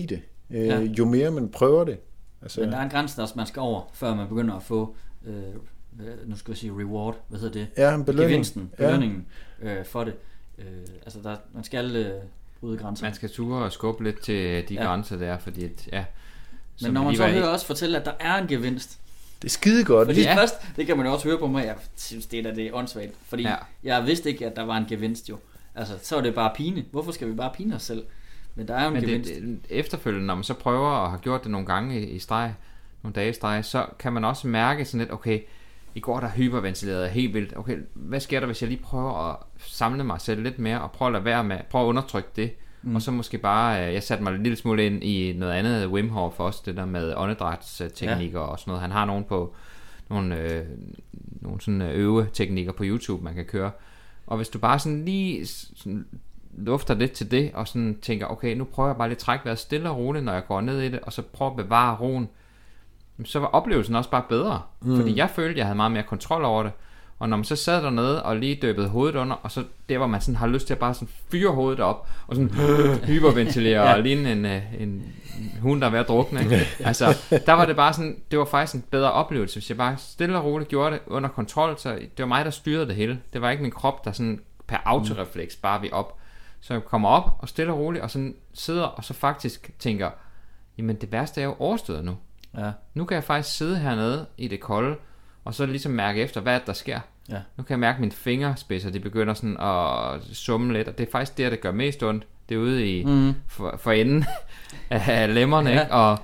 jo mere man prøver det. Altså, men der er en grænse, der man skal over, før man begynder at få, nu skal jeg sige reward, hvad hedder det? Ja, en belønningen for det. Altså man skal bryde grænser. Man skal ture og skubbe lidt til de grænser der, fordi men når man så hører også fortælle, at der er en gevinst. Det er skide godt. Fordi først, det kan man jo også høre på mig, jeg synes det er åndssvagt, fordi jeg vidste ikke, at der var en gevinst jo. Altså, så er det bare pine. Hvorfor skal vi bare pine os selv? Men der er jo en gevinst. Efterfølgende, når man så prøver og har gjort det nogle gange i streg, nogle dage i streg, så kan man også mærke sådan lidt, okay, i går der hyperventilerede helt vildt. Okay, hvad sker der, hvis jeg lige prøver at samle mig selv lidt mere, og prøve at lade være med, prøve at undertrykke det, og så måske bare, jeg satte mig en lille smule ind i noget andet Wim Hof også, det der med åndedrætsteknikker og sådan noget. Han har nogle sådan øveteknikker på YouTube, man kan køre. Og hvis du bare sådan lige sådan lufter lidt til det, og sådan tænker, okay, nu prøver jeg bare lige at trække vejret stille og roligt, når jeg går ned i det, og så prøver at bevare roen, så var oplevelsen også bare bedre. Fordi jeg følte, jeg havde meget mere kontrol over det. Og når man så sad dernede og lige døbede hovedet under, og så der, hvor man sådan har lyst til at bare sådan fyre hovedet op, og sådan hyperventilere og ligne en hund, der er ved at drukne. Altså, der var det bare sådan, det var faktisk en bedre oplevelse, hvis jeg bare stille og roligt gjorde det under kontrol, så det var mig, der styrede det hele. Det var ikke min krop, der sådan per autorefleks bare vi op. Så jeg kommer op og stille og roligt, og sådan sidder og så faktisk tænker, jamen det værste er jo overstået nu. Ja. Nu kan jeg faktisk sidde hernede i det kolde, og så ligesom mærke efter, hvad der sker. Ja. Nu kan jeg mærke, at mine fingerspidser, de begynder sådan at summe lidt, og det er faktisk det gør mest ondt. Det er ude i for enden af lemmerne, ikke? Og,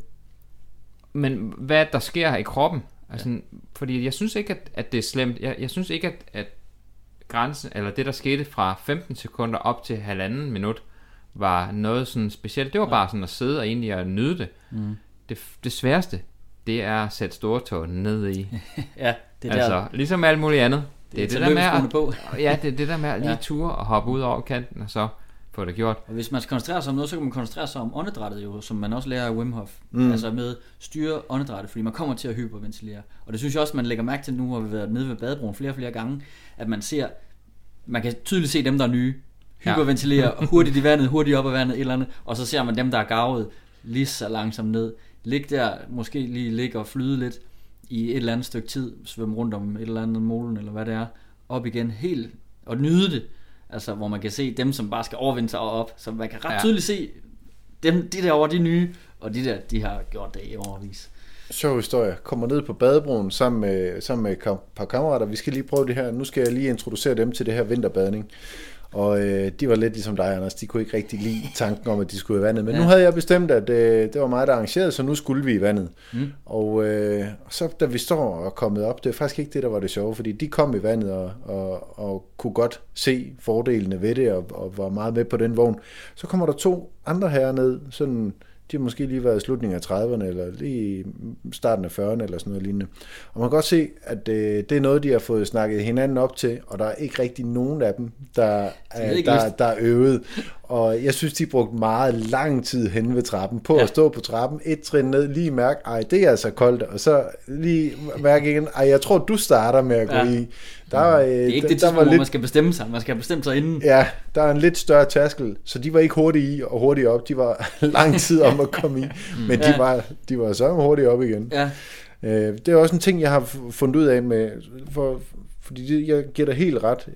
men hvad der sker i kroppen? Altså, fordi jeg synes ikke, at det er slemt. Jeg synes ikke, at grænsen, eller det der skete fra 15 sekunder op til 1,5 minut, var noget sådan specielt. Det var bare sådan at sidde og egentlig at nyde det. Det sværeste, det er at sætte stortåen ned i. Ja, det er altså, der. Ligesom alt muligt andet. Det er det der med at, det er det der med at lige ture og hoppe ud over kanten, og så få det gjort. Og hvis man skal koncentrere sig om noget, så kan man koncentrere sig om åndedrættet jo, som man også lærer af Wim Hof. Altså med styre åndedrættet, fordi man kommer til at hyperventilere. Og det synes jeg også, man lægger mærke til nu, hvor vi har været nede ved badebroen flere gange, at man kan tydeligt se dem, der er nye, hyperventilere hurtigt i vandet, hurtigt op af vandet, et eller andet, og så ser man dem, der er garvet lige så langsomt ned. Lig der, måske lige ligge og flyde lidt i et eller andet stykke tid, svømme rundt om et eller andet molen, eller hvad det er, op igen helt, og nyde det. Altså, hvor man kan se dem, som bare skal overvinde sig og op, så man kan ret tydeligt se dem, de derovre, de nye, og de der, de har gjort det i overvis. Sjov historie. Kommer ned på badebroen sammen med et par kammerater. Vi skal lige prøve det her. Nu skal jeg lige introducere dem til det her vinterbadning. Og de var lidt ligesom dig, Anders. De kunne ikke rigtig lide tanken om, at de skulle i vandet. Men nu havde jeg bestemt, at det var mig, der arrangerede, så nu skulle vi i vandet. Og så da vi står og kommet op, det er faktisk ikke det, der var det sjove, fordi de kom i vandet og kunne godt se fordelene ved det, og var meget med på den vogn. Så kommer der 2 andre herrer ned, sådan... De har måske lige været i slutningen af 30'erne, eller lige starten af 40'erne, eller sådan noget lignende. Og man kan godt se, at det er noget, de har fået snakket hinanden op til, og der er ikke rigtig nogen af dem, der er øvet. Og jeg synes, de brugte meget lang tid hen ved trappen, på at stå på trappen, 1 trin ned, lige mærke, det er altså koldt, og så lige mærke igen, jeg tror, du starter med at gå i. Det er ikke det tidspunkt, hvor man skal bestemme sig. Man skal bestemme sig inden. Ja, der er en lidt større tærskel, så de var ikke hurtige i og hurtigt op. De var lang tid om at komme i, men de var så hurtigt op igen. Ja. Det er også en ting, jeg har fundet ud af med, fordi jeg giver dig helt ret,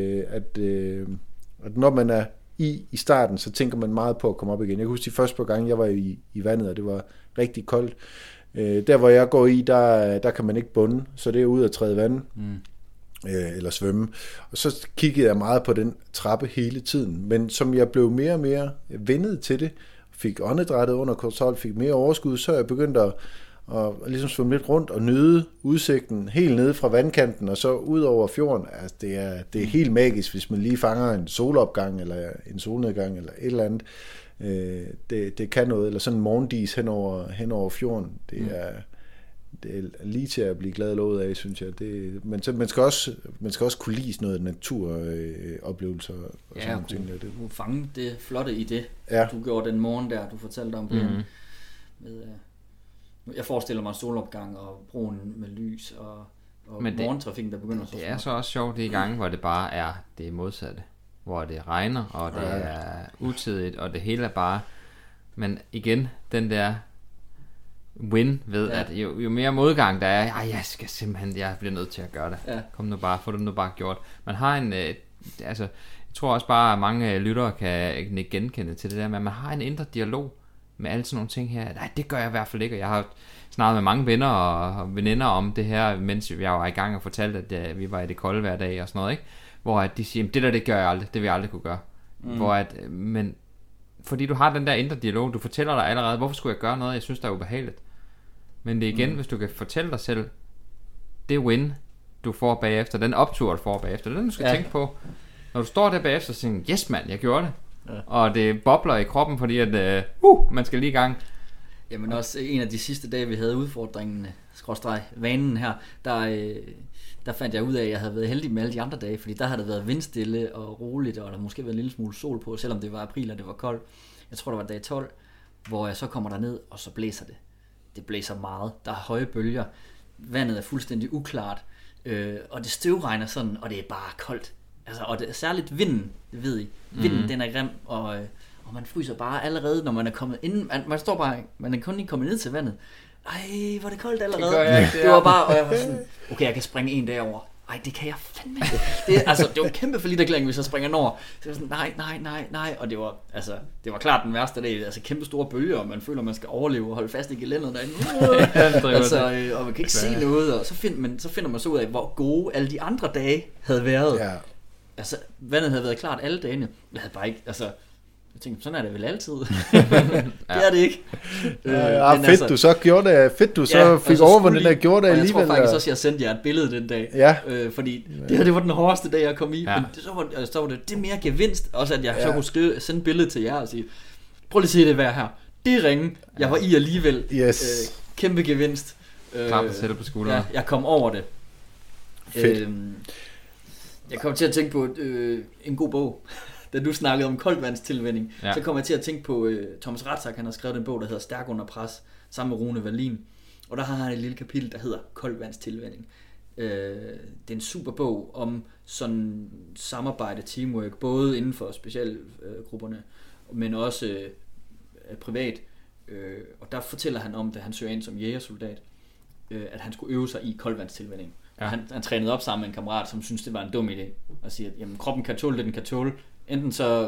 at når man er i starten, så tænker man meget på at komme op igen. Jeg kan huske de første par gange, jeg var i vandet, og det var rigtig koldt. Der hvor jeg går i, der kan man ikke bunde, så det er ud at træde vand. Eller svømme. Og så kiggede jeg meget på den trappe hele tiden. Men som jeg blev mere og mere vendet til det, fik åndedrættet under kontrol, fik mere overskud, så jeg begyndte at ligesom svømme lidt rundt og nyde udsigten helt nede fra vandkanten og så ud over fjorden. Altså, det er helt magisk, hvis man lige fanger en solopgang eller en solnedgang eller et eller andet. Det kan noget. Eller sådan en morgendis hen over fjorden. Det er lige til at blive glad og lovet af, synes jeg. Men man skal også kunne lide noget naturoplevelser og sådan nogle ting. Du fange det flotte i det, du gjorde den morgen der, du fortalte om det. Jeg forestiller mig en solopgang og broen med lys og morgentrafikken, der begynder så. Det er så også sjovt de gange, hvor det bare er det modsatte. Hvor det regner, og det er utidigt, og det hele er bare Men igen, den der win ved, at jo mere modgang der er, jeg bliver nødt til at gøre det. Ja. Kom nu bare, få det nu bare gjort. Man har en, jeg tror også bare, at mange lyttere kan genkende til det der, men man har en indre dialog med alle sådan nogle ting her. Nej, det gør jeg i hvert fald ikke, og jeg har snakket med mange venner og veninder om det her, mens jeg var i gang og fortalte, at vi var i det kolde hver dag og sådan noget, ikke? Hvor at de siger, det der, det gør jeg aldrig, det vil jeg aldrig kunne gøre. Men fordi du har den der indre dialog, du fortæller dig allerede, hvorfor skulle jeg gøre noget, jeg synes, der er ubehageligt. Men det er igen, hvis du kan fortælle dig selv, det win, du får bagefter, den optur, du får bagefter, det er den, du skal tænke på. Når du står der bagefter og tænker, yes mand, jeg gjorde det. Ja. Og det bobler i kroppen, fordi at, man skal lige i gang. Jamen også en af de sidste dage, vi havde udfordringen, vanen her, der fandt jeg ud af, at jeg havde været heldig med alle de andre dage, fordi der havde det været vindstille og roligt, og der måske været en lille smule sol på, selvom det var april, og det var koldt. Jeg tror, det var dag 12, hvor jeg så kommer derned, og så blæser det. Det blæser meget. Der er høje bølger. Vandet er fuldstændig uklart, og det støvregner sådan, og det er bare koldt. Altså, og det er særligt vinden, det ved I. Vinden, den er grim, og man fryser bare allerede, når man er kommet ind. Man står bare, man er kun lige kommet ned til vandet. Ej, hvor er det koldt allerede. Det var bare, og jeg var sådan, okay, jeg kan springe en dag over. Ej, det kan jeg fandme ikke. Det var en kæmpe forlitterklæring, hvis jeg springer den over. Så jeg var sådan, nej. Og det var klart den værste dag. Altså kæmpe store bølger, og man føler, man skal overleve og holde fast i gelænderet derinde. Og man kan ikke se noget. Og så finder man så ud af, hvor gode alle de andre dage havde været. Ja. Altså, vandet havde været klart alle dagene. Jeg havde bare ikke, jeg tænkte, sådan er det vel altid. Det er det ikke. Fedt, altså, du så gjorde det. Fedt, du så fik overvundet det, gjorde det alligevel. Jeg tror faktisk også, jeg sendte jer et billede den dag. Ja. Fordi det var den hårdeste dag, jeg kom i. Ja. Men så var det mere gevinst. Også at jeg så kunne sende et billede til jer og sige, prøv lige at se det vejr her. Det ringe. Jeg var i alligevel. Yes. Kæmpe gevinst. Klart at sætte på skulderen. Ja, jeg kom over det. Fedt. Jeg kom til at tænke på en god bog. Da du snakkede om koldvandstilvænning, så kom jeg til at tænke på Thomas Ratzak. Han har skrevet en bog, der hedder Stærk under pres, sammen med Rune Wallin. Og der har han et lille kapitel, der hedder koldvandstilvænning. Det er en super bog om sådan samarbejde, teamwork, både inden for specialgrupperne, men også privat. Og der fortæller han om, da han søger ind som jægersoldat, at han skulle øve sig i koldvandstilvænning. Ja. Han trænede op sammen med en kammerat, som synes det var en dum idé, og siger, at jamen, kroppen kan tåle det, den kan tåle. Enten så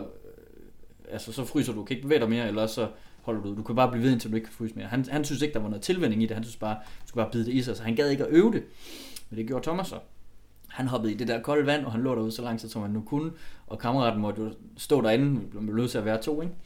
fryser du, kan ikke bevæge dig mere, eller så holder du kan bare blive ved, indtil du ikke kan fryse mere. Han synes ikke, der var noget tilvænning i det, han synes bare, du skulle bare bide det i sig, så han gad ikke at øve det. Men det gjorde Thomas så. Han hoppede i det der kolde vand, og han lå derude så langt, som han nu kunne, og kammeraten måtte jo stå derinde, blev nødt til at være 2, ikke?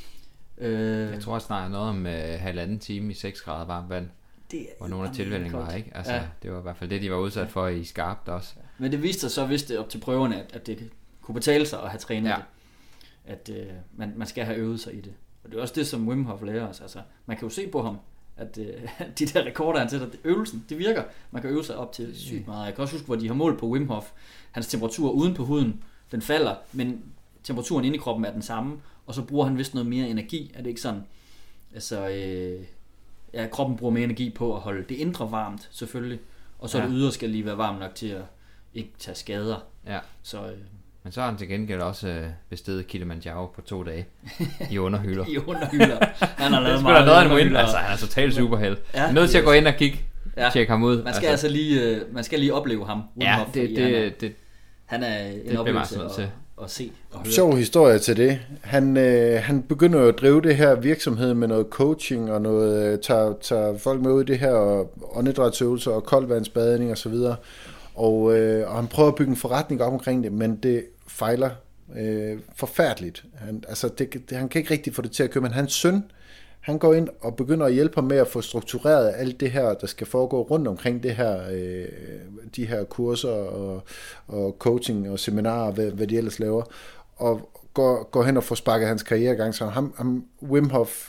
Jeg tror snart noget om 1,5 time i 6 grader varmt vand. Og nogle af tilvænningen var, ikke? Altså, det var i hvert fald det, de var udsat for i skarpt også. Ja. Men det viste sig så, hvis det op til prøverne, at det kunne betale sig at have trænet det. At man skal have øvet sig i det. Og det er også det, som Wim Hof lærer os. Altså, man kan jo se på ham, at de der rekorder, han sætter, øvelsen, det virker. Man kan øve sig op til sygt meget. Jeg kan også huske, hvor de har målt på Wim Hof. Hans temperatur uden på huden, den falder, men temperaturen inde i kroppen er den samme. Og så bruger han vist noget mere energi. Er det ikke sådan? Altså... kroppen bruger mere energi på at holde det indre varmt, selvfølgelig. Og så det ydre skal lige være varmt nok til at ikke tage skader. Ja. Så, men så har han til gengæld også bestedet Kilimanjaro på 2 dage i underhylder. I underhylder. Han har lavet meget underhylder. Altså, han er totalt superheld. Ja, nødt til at gå ind og tjekke ham ud. Man skal man skal lige opleve ham. Ja, han er en oplevelse at se. Sjov historie til det. Han begynder jo at drive det her virksomhed med noget coaching og noget, tager folk med ud i det her og åndedrætsøvelser og koldvandsbadning og så videre. Og han prøver at bygge en forretning op omkring det, men det fejler forfærdeligt. Han kan ikke rigtig få det til at køre, men hans søn, han går ind og begynder at hjælpe ham med at få struktureret alt det her, der skal foregå rundt omkring det her, de her kurser og coaching og seminarer, hvad de ellers laver, og går hen og får sparket hans karriere i gang. Så ham Wim Hof,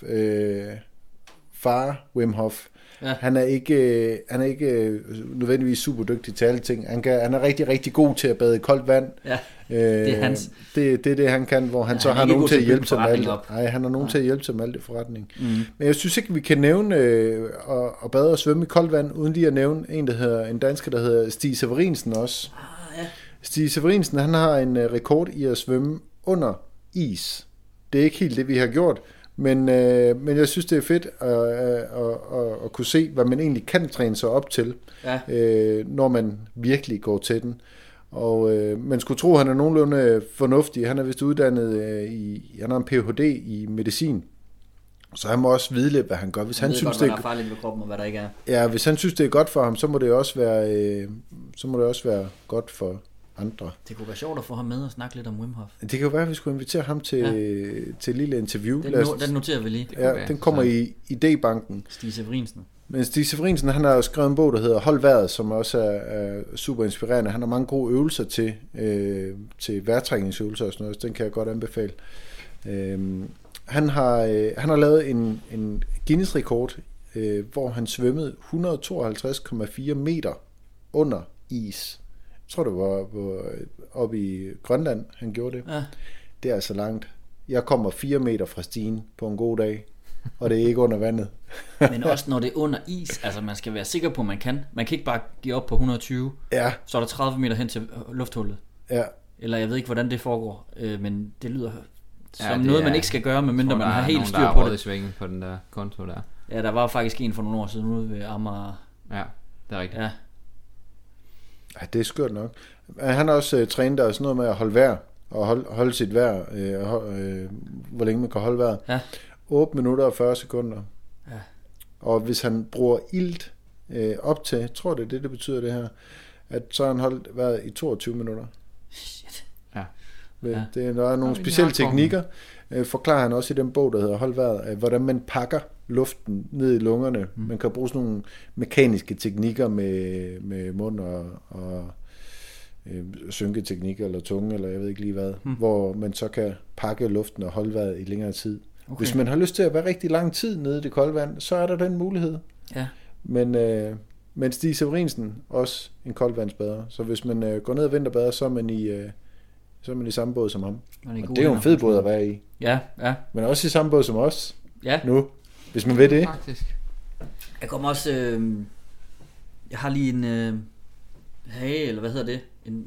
far Wim Hof, han er ikke nødvendigvis super dygtig til alle ting. Han er rigtig, rigtig god til at bade i koldt vand. Ja, det er hans. Det er det, han kan, hvor han så har nogen til at hjælpe sig med alt. Nej, han har nogen til at hjælpe sig med alt det forretning. Men jeg synes ikke, vi kan nævne at bade og svømme i koldt vand, uden lige at nævne en dansker, der hedder Stig Severinsen også. Stig Severinsen, han har en rekord i at svømme under is. Det er ikke helt det, vi har gjort, Men jeg synes, det er fedt at kunne se, hvad man egentlig kan træne sig op til, når man virkelig går til den. Og man skulle tro, at han er nogenlunde fornuftig. Han er vist uddannet han har en Ph.D. i medicin. Så han må også vide lidt, hvad han gør. Hvis han synes, godt, hvad der er farligt ved kroppen, og hvad der ikke er. Ja, hvis han synes, det er godt for ham, så må det også være godt for andre. Det kunne være sjovt at få ham med og snakke lidt om Wim Hof. Det kan jo være, at vi skulle invitere ham til et lille interview. Den noterer vi lige. Ja, den kommer i D-banken. Stig Severinsen. Men Stig Severinsen, han har skrevet en bog, der hedder Hold vejret, som også er super inspirerende. Han har mange gode øvelser til vejrtrækningsøvelser og sådan noget, så den kan jeg godt anbefale. Han har lavet en Guinness-rekord, hvor han svømmede 152,4 meter under is. Jeg tror, det var oppe i Grønland, han gjorde det. Ja. Det er altså langt. Jeg kommer 4 meter fra stien på en god dag, og det er ikke under vandet. Men også når det er under is, altså man skal være sikker på, at man kan. Man kan ikke bare give op på 120, så er der 30 meter hen til lufthullet. Ja. Eller jeg ved ikke, hvordan det foregår, men det lyder som noget, man ikke skal gøre, medmindre man har helt styr på det. I svingen på den der konto der. Ja, der var faktisk en for nogle år siden ude ved Amager. Ja, det er rigtigt. Ja. Ja, det er skørt nok. Han har også trænet der sådan noget med at holde vejr, og holde sit vejr, hvor længe man kan holde vejret. Ja. 8 minutter og 40 sekunder. Ja. Og hvis han bruger ilt op til, tror det betyder det her, at så har han holdt vejret i 22 minutter. Shit. Ja. Der er nogle specielle teknikker, forklarer han også i den bog, der hedder Hold vejret, hvordan man pakker luften ned i lungerne. Man kan bruge sådan nogle mekaniske teknikker med mund og synketeknikker eller tunge, eller jeg ved ikke lige hvad, hvor man så kan pakke luften og holde vejret i længere tid. Okay. Hvis man har lyst til at være rigtig lang tid nede i det kolde vand, så er der den mulighed. Ja. Men Stig Severinsen også en koldvandsbader. Så hvis man går ned og vinterbader, så er man i samme båd som ham. Og det er jo en fed båd at være i. Ja. Men også i samme båd som os. Ja. Nu, hvis man ved det. Faktisk. Jeg kommer også... jeg har lige en... hage, eller hvad hedder det?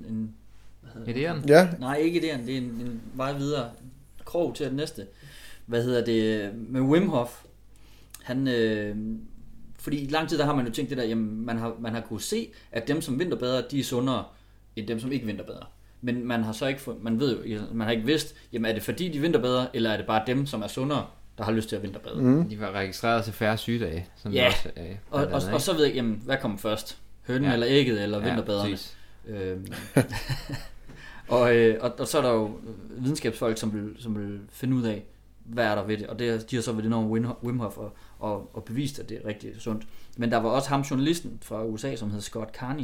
Idéen? Ja. Nej, ikke idéen. Det er en vej videre. Krog til det næste. Hvad hedder det? Med Wim Hof. Han... fordi i lang tid der har man jo tænkt det der, jamen man har kunne se, at dem som vinterbader, de er sundere end dem som ikke vinterbader. Men man har så ikke man har ikke vidst, jamen er det fordi de vinterbader, eller er det bare dem som er sundere, der har lyst til at vinterbade. De var registreret til færre sygedage. Som ja. Også, og så ved jeg, jamen hvad kommer først? Hønen eller ægget eller vinterbaderne? Og så er der jo videnskabsfolk, som vil finde ud af, hvad er der ved det, og de har så været inde over Wim Hof og bevist, at det er rigtig sundt. Men der var også ham, journalisten fra USA, som hedder Scott Carney,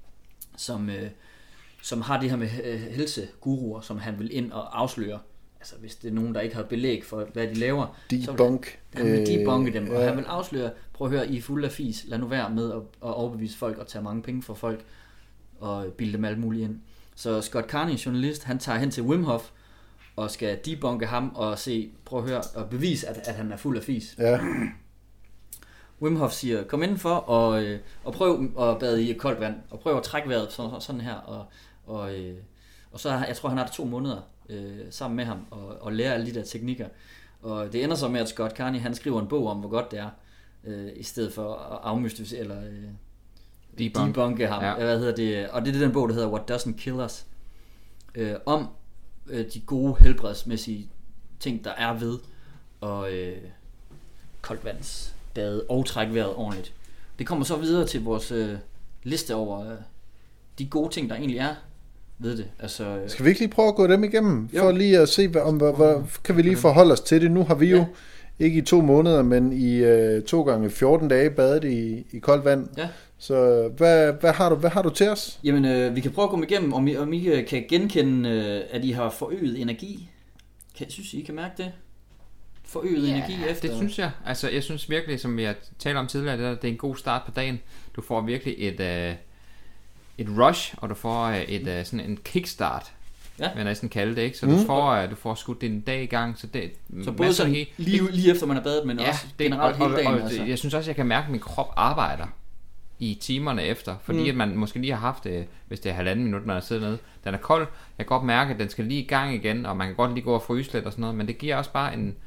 som har det her med helseguruer, som han vil ind og afsløre. Altså hvis det er nogen, der ikke har belæg for, hvad de laver, debunk. Så han vil debunke dem, og han vil afsløre, prøv at høre, I er fulde af fis, lad nu være med at overbevise folk og tage mange penge fra folk og bilde dem alt muligt ind. Så Scott Carney, journalist, han tager hen til Wim Hof og skal debunke ham og prøv at høre, og bevise, at han er fuld af fis. Ja. Wim Hof siger, kom indenfor og prøv at bade i koldt vand, og prøv at trække vejret sådan her, og så jeg tror, han har det 2 måneder sammen med ham, og lære alle de der teknikker. Og det ender så med, at Scott Carney, han skriver en bog om, hvor godt det er, i stedet for at afmystificere, eller debunke ham. Ja. Hvad hedder det? Og det er den bog, der hedder What Doesn't Kill Us, om de gode helbredsmæssige ting, der er ved og koldvandsbade og trække vejret ordentligt. Det kommer så videre til vores liste over de gode ting, der egentlig er ved det. Altså, skal vi ikke lige prøve at gå dem igennem, for lige at se, hvad kan vi lige forholde os til det? Nu har vi jo ikke i 2 måneder, men i 2 gange 14 dage badet i koldt vand. Ja. Så hvad har du til os? Jamen, vi kan prøve at gå igennem, om I kan genkende, at I har forøget energi. Synes I kan mærke det? Forøget energi efter? Det synes jeg. Altså, jeg synes virkelig, som jeg talte om tidligere, det er en god start på dagen. Du får virkelig et rush, og du får sådan en kickstart. Ja. Vil jeg næsten kalde det, ikke? Så du får skudt din dag i gang. Så både sådan lige efter man er badet, men også generelt hele dagen. Altså. Jeg synes også, jeg kan mærke, at min krop arbejder i timerne efter, fordi at man måske lige har haft, hvis det er 1,5 minut, man har siddet nede, den er kold, jeg kan godt mærke, at den skal lige i gang igen, og man kan godt lige gå og fryse lidt og sådan noget, men det giver også bare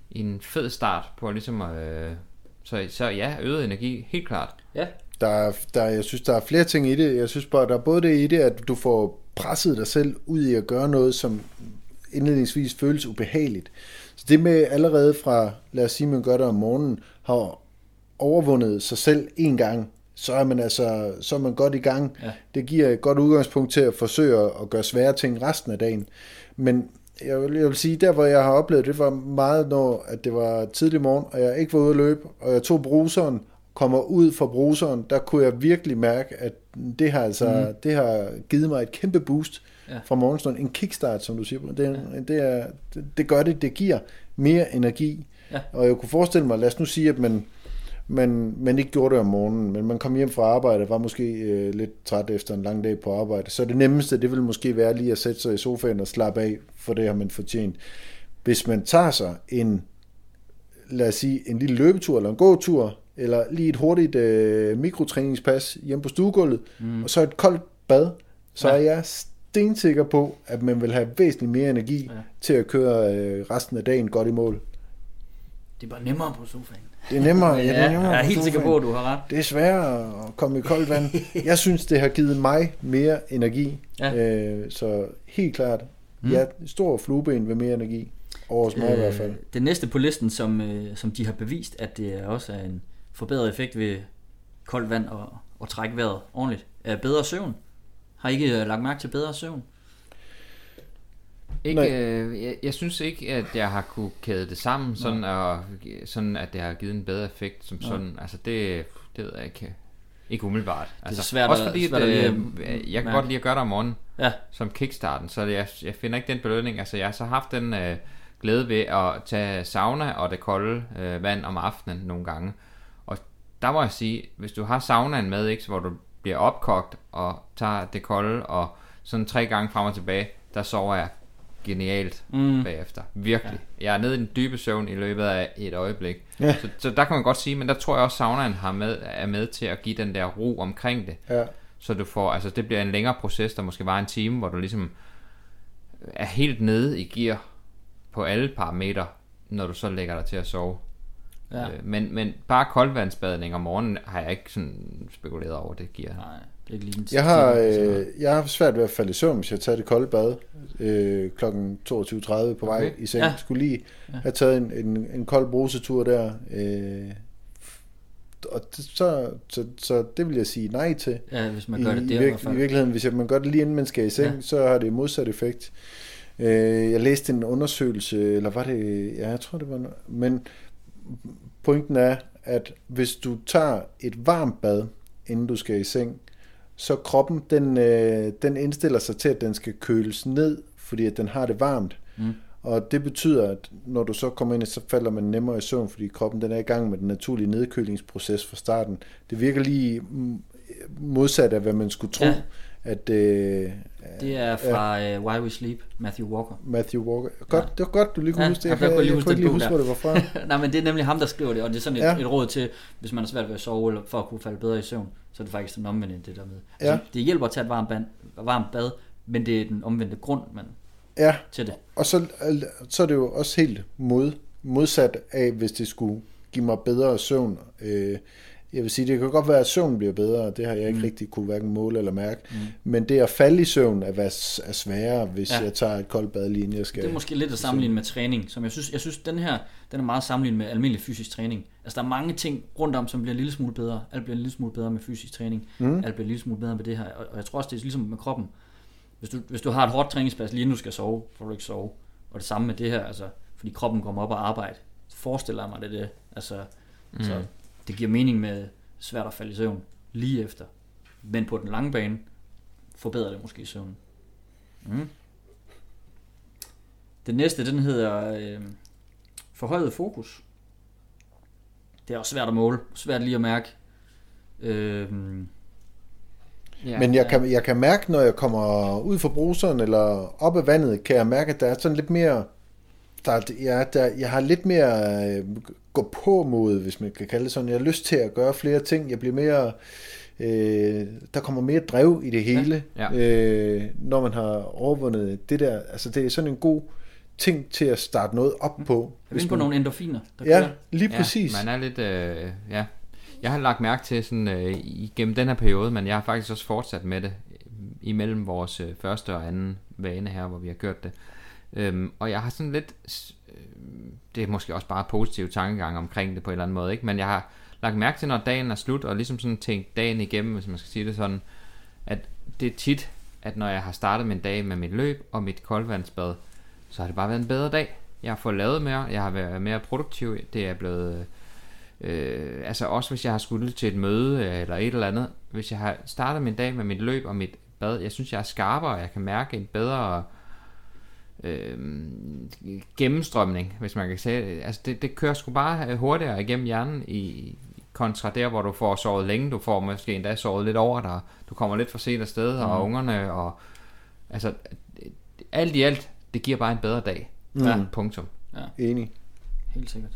en fed start på ligesom så ja, øget energi, helt klart. Ja. Jeg synes, der er flere ting i det. Jeg synes bare, der er både det i det, at du får presset dig selv ud i at gøre noget, som indledningsvis føles ubehageligt. Så det med allerede fra, lad os sige, man gør det om morgenen, har overvundet sig selv en gang, så er man godt i gang. Ja. Det giver et godt udgangspunkt til at forsøge at gøre svære ting resten af dagen. Men jeg vil sige, der hvor jeg har oplevet, det var meget, når at det var tidlig morgen, og jeg ikke var ude at løbe, og jeg tog bruseren, kommer ud fra bruseren, der kunne jeg virkelig mærke, at det har givet mig et kæmpe boost fra morgenstunden. En kickstart, som du siger. Det gør det giver mere energi. Ja. Og jeg kunne forestille mig, lad os nu sige, at man ikke gjorde det om morgenen, men man kom hjem fra arbejde, var måske lidt træt efter en lang dag på arbejde. Så det nemmeste, det vil måske være lige at sætte sig i sofaen og slappe af, for det har man fortjent. Hvis man tager sig lad os sige, en lille løbetur eller en gåtur, eller lige et hurtigt mikrotræningspas hjemme på stuegulvet, og så et koldt bad, så er jeg stensikker på, at man vil have væsentligt mere energi til at køre resten af dagen godt i mål. Det er bare nemmere på sofaen. Det er nemmere. Det er nemmere. Jeg er helt sikker på, at du har ret. Det er sværere at komme i koldt vand. Jeg synes, det har givet mig mere energi. Ja. Så helt klart, stor flueben ved mere energi. Over hos mig i hvert fald. Det næste på listen, som de har bevist, at det også er en forbedret effekt ved koldt vand og trække vejret ordentligt, er bedre søvn. Har I ikke lagt mærke til bedre søvn? Jeg synes ikke, at jeg har kunne kæde det sammen, sådan at det har givet en bedre effekt som sådan. Altså det ved jeg ikke umiddelbart. Altså, det er svært, også fordi jeg kan godt lide at gøre det om morgenen som kickstarten, så jeg finder ikke den belønning. Altså jeg har så haft den glæde ved at tage sauna og det kolde vand om aftenen nogle gange. Og der må jeg sige, hvis du har saunaen med, ikke, hvor du bliver opkogt og tager det kolde og sådan 3 gange frem og tilbage, der sover jeg genialt bagefter. Virkelig. Ja. Jeg er nede i den dybe søvn i løbet af et øjeblik. Ja. Så der kan man godt sige, men der tror jeg også, saunaen er med til at give den der ro omkring det. Ja. Så du får, altså det bliver en længere proces, der måske var en time, hvor du ligesom er helt nede i gear på alle parametre, når du så lægger dig til at sove. Ja. Men bare koldvandsbadning om morgenen har jeg ikke sådan spekuleret over, det giver. Nej, det er ikke lige jeg har svært ved at falde i søvn, hvis jeg tager det kolde bad klokken 22:30 på vej i seng. Skulle lige have taget en kold brusetur der. Og så det vil jeg sige nej til. Ja, hvis man gør det der i virkeligheden, hvis man gør det lige inden man skal i seng, så har det modsat effekt. Jeg læste en undersøgelse, eller var det, jeg tror det var noget, men pointen er, at hvis du tager et varmt bad, inden du skal i seng, så kroppen, den indstiller sig til, at den skal køles ned, fordi at den har det varmt. Og det betyder, at når du så kommer ind, så falder man nemmere i søvn, fordi kroppen den er i gang med den naturlige nedkølingsproces fra starten. Det virker lige modsat af, hvad man skulle tro. Ja. At, det er fra Why We Sleep, Matthew Walker. Godt, det var godt, du lige kunne huske det. Jeg kunne ikke lige huske, hvor det var fra. Nej, men det er nemlig ham, der skriver det, og det er sådan et råd til, hvis man er svært ved at sove, eller for at kunne falde bedre i søvn, så er det faktisk den omvendte, det der med. Altså, det hjælper at tage et varmt bad, men det er den omvendte grund, man til det. Og så er det jo også helt modsat af, hvis det skulle give mig bedre søvn. Jeg vil sige, det kan godt være, at søvn bliver bedre, det har jeg ikke rigtig kunne hverken måle eller mærke, men det at falde i søvn er sværere, hvis jeg tager et koldt bad lige inden jeg skal. Det er måske lidt at sammenligne med træning, som jeg synes den her, den er meget sammenlignet med almindelig fysisk træning. Altså der er mange ting rundt om, som bliver en lille smule bedre. Alt bliver en lille smule bedre med fysisk træning. Alt bliver en lille smule bedre med det her, og jeg tror også, det er ligesom med kroppen. Hvis du har et hårdt træningspas, lige inden du skal sove, får du ikke sove. Og det samme med det her, altså, fordi kroppen kommer op og arbejde. Så forestiller jeg mig det. Altså, så det giver mening med svært at falde i søvn lige efter. Men på den lange bane forbedrer det måske søvnen. Den næste, den hedder forhøjet fokus. Det er også svært at måle, svært lige at mærke. Men jeg kan mærke, når jeg kommer ud fra bruseren eller op af vandet, kan jeg mærke, at der er sådan lidt mere... Jeg har lidt mere gå på mod, hvis man kan kalde det sådan. Jeg har lyst til at gøre flere ting. Jeg bliver mere... der kommer mere drev i det hele, når man har overvundet det der. Altså det er sådan en god ting til at starte noget op på. Jeg er på nogle endorfiner, der Ja, kører. lige præcis. Man er lidt, Jeg har lagt mærke til sådan, igennem den her periode, men jeg har faktisk også fortsat med det imellem vores første og anden vane her, hvor vi har gjort det. Og jeg har sådan lidt, det er måske også bare positiv tankegang omkring det på en eller anden måde, ikke? Men jeg har lagt mærke til, når dagen er slut, og ligesom sådan tænkt dagen igennem, hvis man skal sige det sådan, at det er tit, at når jeg har startet min dag med mit løb og mit koldvandsbad, så har det bare været en bedre dag. Jeg har fået lavet mere, jeg har været mere produktiv, det er blevet... altså også hvis jeg har skulle til et møde eller et eller andet, hvis jeg har startet min dag med mit løb og mit bad, jeg synes jeg er skarpere, og jeg kan mærke en bedre gennemstrømning, hvis man kan sige. Altså det kører sgu bare hurtigere igennem hjernen i kontra der, hvor du får sovet længe, du får måske endda sovet lidt over dig, du kommer lidt for sent afsted, og ungerne, og altså alt i alt, det giver bare en bedre dag. Ja, punktum. Ja. Enig. Helt sikkert.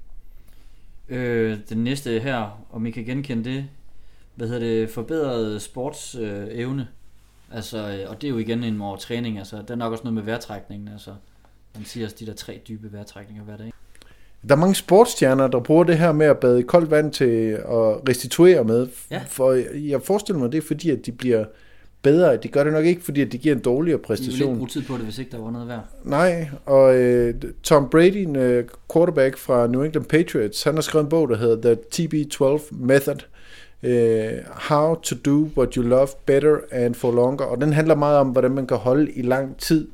Den næste her, om I kan genkende det, forbedret sportsevne. Altså, og det er jo igen en more træning, altså, det er nok også noget med vejrtrækningen, altså, man siger også de der 3 dybe vejrtrækninger hver dag. Der er mange sportsstjerner, der bruger det her med at bade i koldt vand til at restituere med, for jeg forestiller mig, det er fordi, at de bliver bedre. De gør det nok ikke, fordi at de giver en dårligere præstation. De vil ikke bruge tid på det, hvis ikke der var noget værd. Nej, og Tom Brady, en quarterback fra New England Patriots, han har skrevet en bog, der hedder The TB12 Method. How to do what you love better and for longer. Og den handler meget om, hvordan man kan holde i lang tid.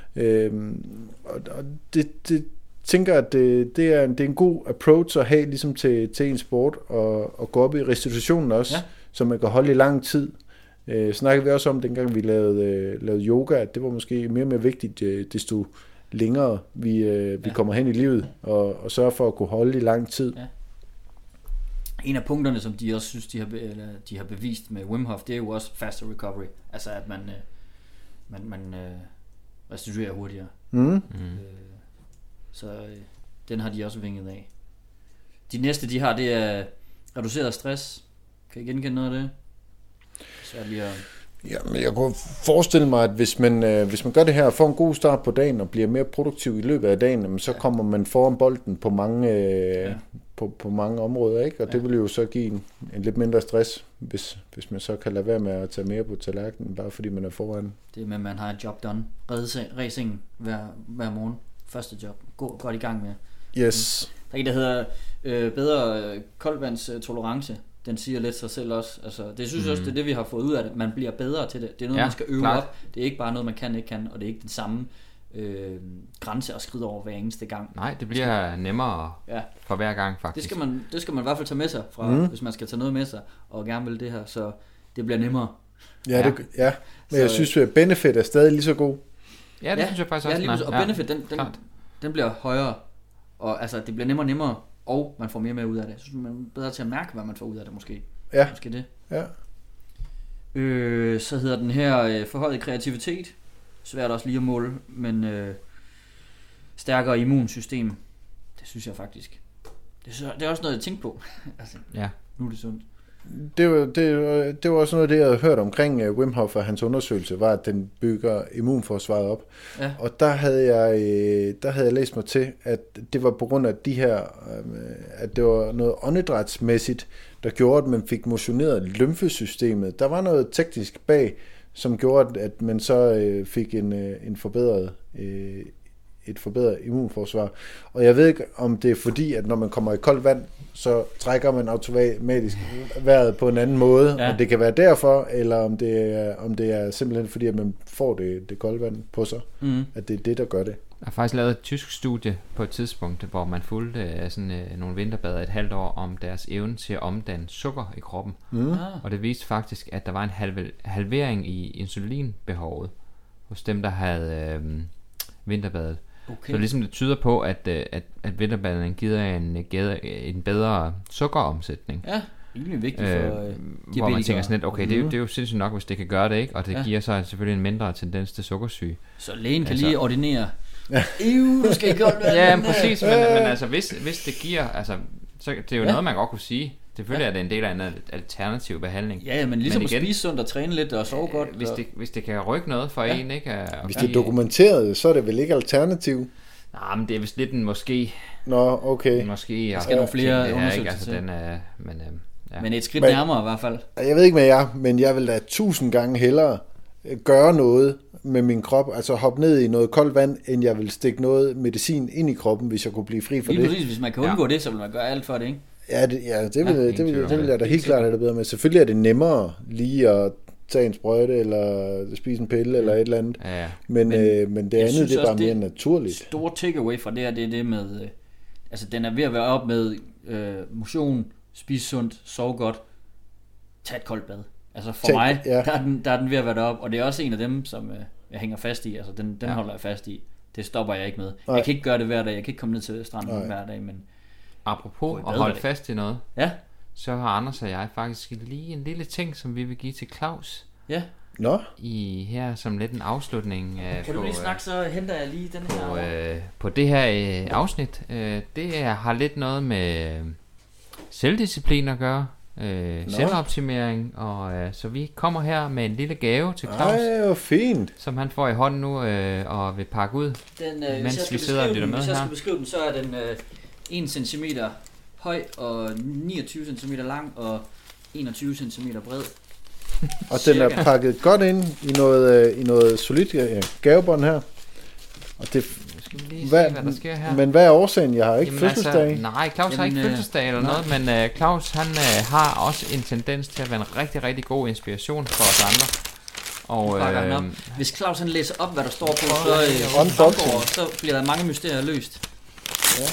Og det tænker, at det er en god approach at have ligesom til en sport, og gå op i restitutionen også, så man kan holde i lang tid. Snakkede vi også om, dengang vi lavede yoga, at det var måske mere og mere vigtigt, desto længere vi kommer hen i livet, og sørge for at kunne holde i lang tid. Ja. En af punkterne, som de også synes, de har bevist med Wim Hof, det er jo også faster recovery. Altså at man restituerer hurtigere. Så den har de også vinget af. De næste, de har, det er reduceret stress. Kan I genkende noget af det? Svært lige at... Ja, men jeg kunne forestille mig, at hvis man gør det her og får en god start på dagen og bliver mere produktiv i løbet af dagen, så kommer man foran bolden på mange, på mange områder, ikke? Og det vil jo så give en lidt mindre stress, hvis man så kan lade være med at tage mere på tallerkenen, bare fordi man er foran. Det er med, at man har et job done. Redde hver morgen. Første job. Godt i gang med. Yes. Der er en, der hedder bedre koldvandstolerance. Den siger lidt sig selv også. Altså, det synes jeg også, det er det, vi har fået ud af det. Man bliver bedre til det. Det er noget, man skal øve op. Det er ikke bare noget, man ikke kan, og det er ikke den samme grænse at skride over hver eneste gang. Nej, det bliver nemmere for hver gang, faktisk. Det skal man i hvert fald tage med sig, hvis man skal tage noget med sig, og gerne vil det her, så det bliver nemmere. Ja. Men jeg synes, at benefit er stadig lige så god. Ja, det synes jeg faktisk også. Og benefit, den bliver højere, og altså, det bliver nemmere, og man får mere ud af det. Jeg synes, man er bedre til at mærke, hvad man får ud af det, måske. Ja. Måske det. Ja. Så hedder den her forhøjet kreativitet. Svært også lige at måle, men stærkere immunsystem. Det synes jeg faktisk. Det er også noget, jeg tænker på. Altså, nu er det sundt. Det var også noget af det, jeg havde hørt omkring Wim Hof og hans undersøgelse, var, at den bygger immunforsvaret op. Ja. Og der havde jeg læst mig til, at det var på grund af de her, at det var noget åndedrætsmæssigt, der gjorde, at man fik motioneret lymfesystemet. Der var noget teknisk bag, som gjorde, at man så fik en forbedret et forbedret immunforsvar. Og jeg ved ikke, om det er fordi, at når man kommer i koldt vand, så trækker man automatisk vejret på en anden måde, og det kan være derfor, eller om det er simpelthen fordi, at man får det kolde vand på sig, at det er det, der gør det. Jeg har faktisk lavet et tysk studie på et tidspunkt, hvor man fulgte nogle vinterbader et halvt år om deres evne til at omdanne sukker i kroppen. Og det viste faktisk, at der var en halvering i insulinbehovet hos dem, der havde vinterbadet. Okay. Så ligesom det tyder på, at vinterbadning giver en bedre sukkeromsætning. Ja, egentlig vigtigt for hvor man tænker sådan lidt, okay, det er jo sindssygt nok, hvis det kan gøre det, ikke? Og det giver så selvfølgelig en mindre tendens til sukkersyge. Så lægen kan lige ordinere, du skal ikke holde med. Ja, præcis, men altså, hvis det giver, altså, så det er jo noget, man godt kunne sige. Selvfølgelig er det en del af en alternativ behandling. Ja, men ligesom igen, at spise sundt og træne lidt og sove godt. Hvis det kan rykke noget for en, ikke? Hvis det er dokumenteret, så er det vel ikke alternativ? Nej, men det er vist lidt en måske. Nå, okay. Måske. Der skal nogle flere ikke? undersøgelser Altså, til. den er, ja. Men et skridt nærmere i hvert fald. Jeg ved ikke med jer, men jeg vil da 1000 gange hellere gøre noget med min krop, altså hoppe ned i noget koldt vand, end jeg vil stikke noget medicin ind i kroppen, hvis jeg kunne blive fri for Lige det. præcis, hvis man kan undgå det, så vil man gøre alt for det, ikke? Ja, det vil jeg da helt klart have det bedre med. Selvfølgelig er det nemmere lige at tage en sprøjte, eller spise en pille, eller et eller andet. Ja. Men det andet, det er bare mere naturligt. Store takeaway fra det her, det er det med, altså den er ved at være op med motion, spise sundt, sove godt, tag et koldt bad. Altså for mig, der er den ved at være deroppe, og det er også en af dem, som jeg hænger fast i, altså den holder jeg fast i. Det stopper jeg ikke med. Nej. Jeg kan ikke gøre det hver dag, jeg kan ikke komme ned til stranden hver dag, men... Apropos at holde fast i noget, ja. Så har Anders og jeg faktisk lige en lille ting, som vi vil give til Claus. Ja. Nå. I her som lidt en afslutning. Kan du lige snakke, så henter jeg lige den her. På det her afsnit. Det har lidt noget med selvdisciplin at gøre. Selvoptimering. Og så vi kommer her med en lille gave til Claus. Ej, hvor fint. Som han får i hånden nu og vil pakke ud. Mens vi sidder og lytter med her. Hvis jeg skal beskrive den, så er den 1 cm høj og 29 cm lang og 21 cm bred. Og den er pakket godt ind i noget solidt gavebånd her. Og det hvad der sker her. Men hvad er årsagen? Jeg har ikke fødselsdag. Altså, nej, Claus har ikke fødselsdag eller noget, men Claus han har også en tendens til at være en rigtig, rigtig god inspiration for os andre. Og hvis Claus han læser op, hvad der står på, så bliver der mange mysterier løst. Ja.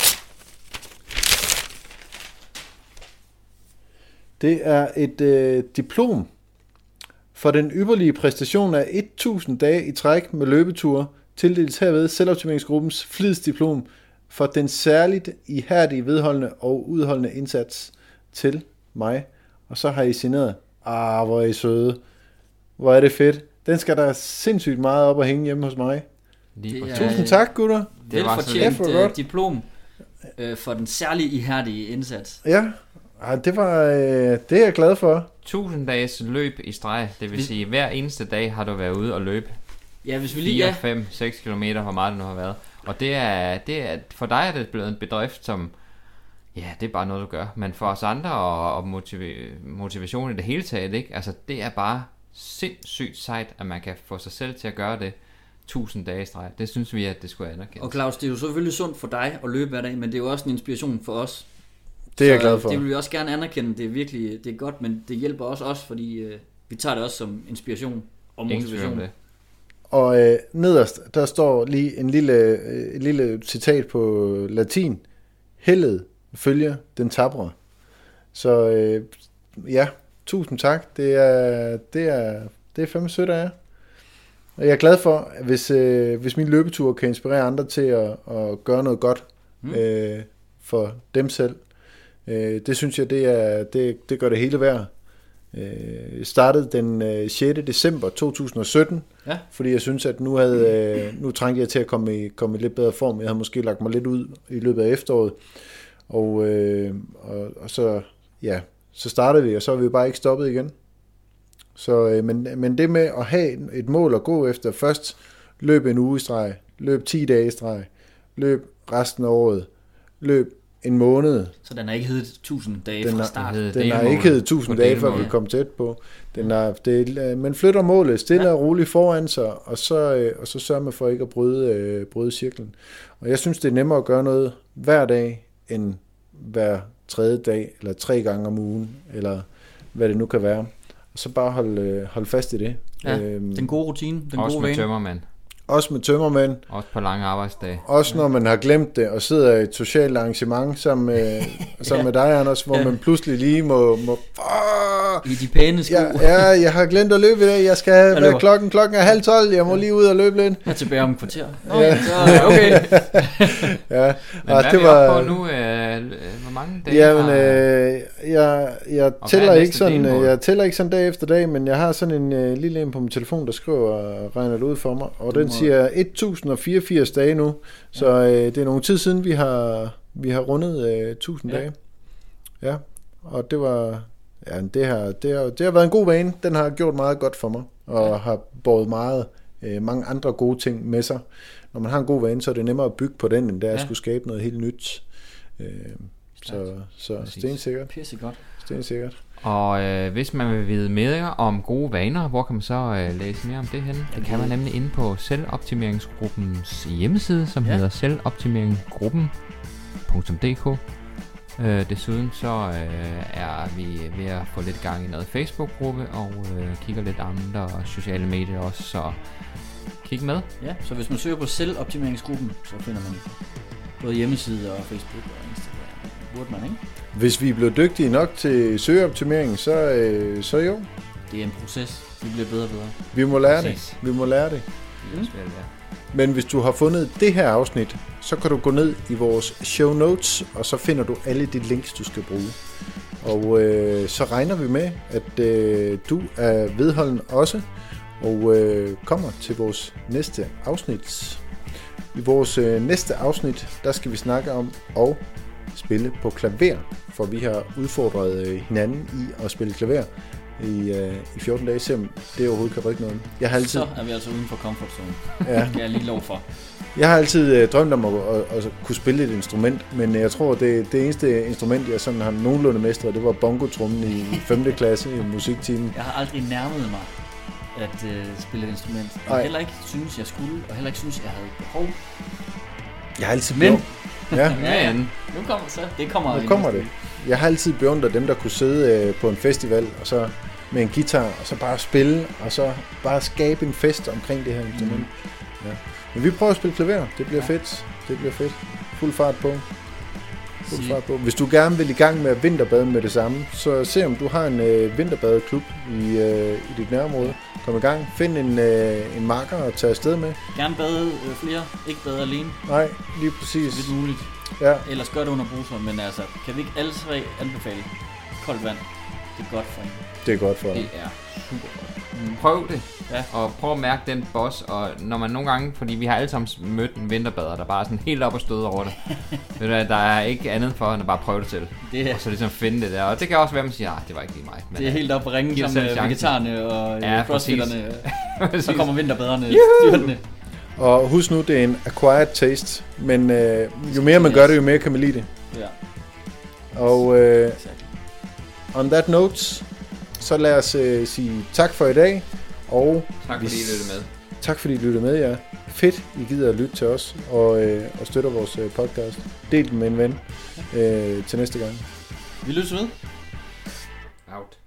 Det er et diplom for den ypperlige præstation af 1000 dage i træk med løbeture, tildeles herved selvoptimeringsgruppens flidsdiplom for den særligt ihærdige, vedholdende og udholdende indsats til mig. Og så har I signeret. Hvor er I søde. Hvor er det fedt. Den skal der sindssygt meget op og hænge hjemme hos mig. Tusind tak, gutter. Velfortjent diplom for den særligt ihærdige indsats. Ja. Det er jeg glad for. 1000 dages løb i streg, det vil sige, hver eneste dag har du været ude og løbe. Ja, hvis vi lige 4, 5, 6 kilometer, hvor meget det nu har været. Og det er for dig er det blevet en bedrift, som, ja, det er bare noget, du gør. Men for os andre, og motivation i det hele taget, ikke? Altså, det er bare sindssygt sejt, at man kan få sig selv til at gøre det 1000 dage i streg. Det synes vi, at det skulle anerkendes. Og Claus, det er jo selvfølgelig sundt for dig at løbe hver dag, men det er jo også en inspiration for os. Det er jeg glad for. Det vil vi også gerne anerkende. Det er virkelig, det er godt, men det hjælper også os, fordi vi tager det også som inspiration og motivation. Det. Og nederst, der står lige en lille citat på latin. Heldet følger den tabre. Så ja, tusind tak. Det er fandme sødt af jer. Og jeg er glad for, hvis min løbetur kan inspirere andre til at gøre noget godt for dem selv. Det synes jeg, det gør det hele værd. Jeg startede den 6. december 2017, fordi jeg synes, at nu trængte jeg til at komme i lidt bedre form. Jeg havde måske lagt mig lidt ud i løbet af efteråret, og så startede vi, og så er vi jo bare ikke stoppet igen. Så, men det med at have et mål at gå efter, først løb en uge i streg, løb 10 dage i streg, løb resten af året, løb en måned. Så den har ikke heddet 1000 dage fra start? Den har ikke heddet 1000 dage, før vi kom tæt på. Man flytter målet stille og roligt foran sig, og så sørger man for ikke at bryde cirklen. Og jeg synes, det er nemmere at gøre noget hver dag, end hver tredje dag, eller 3 gange om ugen, eller hvad det nu kan være. Og så bare holde fast i det. Ja, den gode rutine, den også gode med tømmermænd. Også med tømmermænd. Også på lange arbejdsdage. Også når man har glemt det, og sidder i et socialt arrangement sammen med dig, Anders, hvor man pludselig lige må i de pæne sko. Ja, jeg har glemt at løbe i dag. Jeg skal have klokken er 11:30. Jeg må lige ud og løbe lidt. Jeg er tilbage om kvarter. Okay. Ja. Men hvad det var på nu? Hvor mange dage jeg tæller ikke sådan. Jeg tæller ikke sådan dag efter dag, men jeg har sådan en lille en på min telefon, der skriver og regner det ud for mig, og den siger 1084 dage nu. Så det er nogle tid siden vi har rundet 1000 dage. Ja. Og det var det har været en god vane. Den har gjort meget godt for mig og har båret mange andre gode ting med sig. når man har en god vane, så er det nemmere at bygge på den, end det er at skulle skabe noget helt nyt. Så stensikkert. Pissegodt. Stensikkert. Og hvis man vil vide mere om gode vaner, hvor kan man så læse mere om det henne? Det kan man nemlig inde på selvoptimeringsgruppens hjemmeside, som hedder selvoptimeringsgruppen.dk. Desuden så er vi ved at få lidt gang i noget Facebook-gruppe og kigger lidt andre sociale medier også, så kig med. Ja, så hvis man søger på selvoptimeringsgruppen, så finder man både hjemmeside og Facebook og Instagram. Burde man, ikke? Hvis vi er blevet dygtige nok til søgeoptimering, så jo. Det er en proces. Vi bliver bedre og bedre. Vi må lære Præcis. det. Vi må lære det. Mm. Men hvis du har fundet det her afsnit, så kan du gå ned i vores show notes, og så finder du alle de links, du skal bruge. Og så regner vi med, at du er vedholden også, og kommer til vores næste afsnit. I vores næste afsnit, der skal vi snakke om at spille på klaver, for vi har udfordret hinanden i at spille klaver i 14 dage, selvom det overhovedet kan rykke noget. Så er vi altså uden for comfort zone. Ja. Det kan jeg lige lov for. Jeg har altid drømt om at kunne spille et instrument, men jeg tror, det eneste instrument, jeg sådan har nogenlunde mestret, det var bongotrummen i 5. klasse i musiktimen. Jeg har aldrig nærmet mig at spille et instrument. Jeg heller ikke synes, jeg skulle, og heller ikke synes, jeg havde behov. Jeg har altid Ja. Nu kommer det. Jeg har altid beundret dem, der kunne sidde på en festival, og så med en guitar, og så bare spille, og så bare skabe en fest omkring det her instrument. Ja. Men vi prøver at spille klaver. Det bliver fedt. Det bliver fedt. Fuld fart på. Hvis du gerne vil i gang med at vinterbade med det samme, så se om du har en vinterbadeklub i dit nærområde. Kom i gang. Find en marker at tage afsted med. Gerne bade flere, ikke bade alene. Nej, lige præcis. Lidt muligt. Ja. Ellers gør det under bruser, men altså, kan vi ikke alle tre anbefale koldt vand? Det er godt for en. Det er godt for dig. Det er super godt. Prøv det, og prøv at mærke den boss, og når man nogle gange, fordi vi har alle sammen mødt en vinterbader, der bare er sådan helt op og støde over det. Der er ikke andet for, end at bare prøve det til. Og så ligesom finde det der, og det kan også være, at man siger, det var ikke lige mig. Men det er helt op at ringe som vegetarerne og crossfitterne, så kommer vinterbaderne styrtende. Og husk nu, det er en acquired taste, men jo mere man gør det, jo mere kan man lide det. Ja. Og on that note, så lad os sige tak for i dag. Og tak fordi I lyttede med. Tak fordi I lyttede med, ja. Fedt, I gider at lytte til os og støtter vores podcast. Del den med en ven til næste gang. Vi lyttes ved. Out.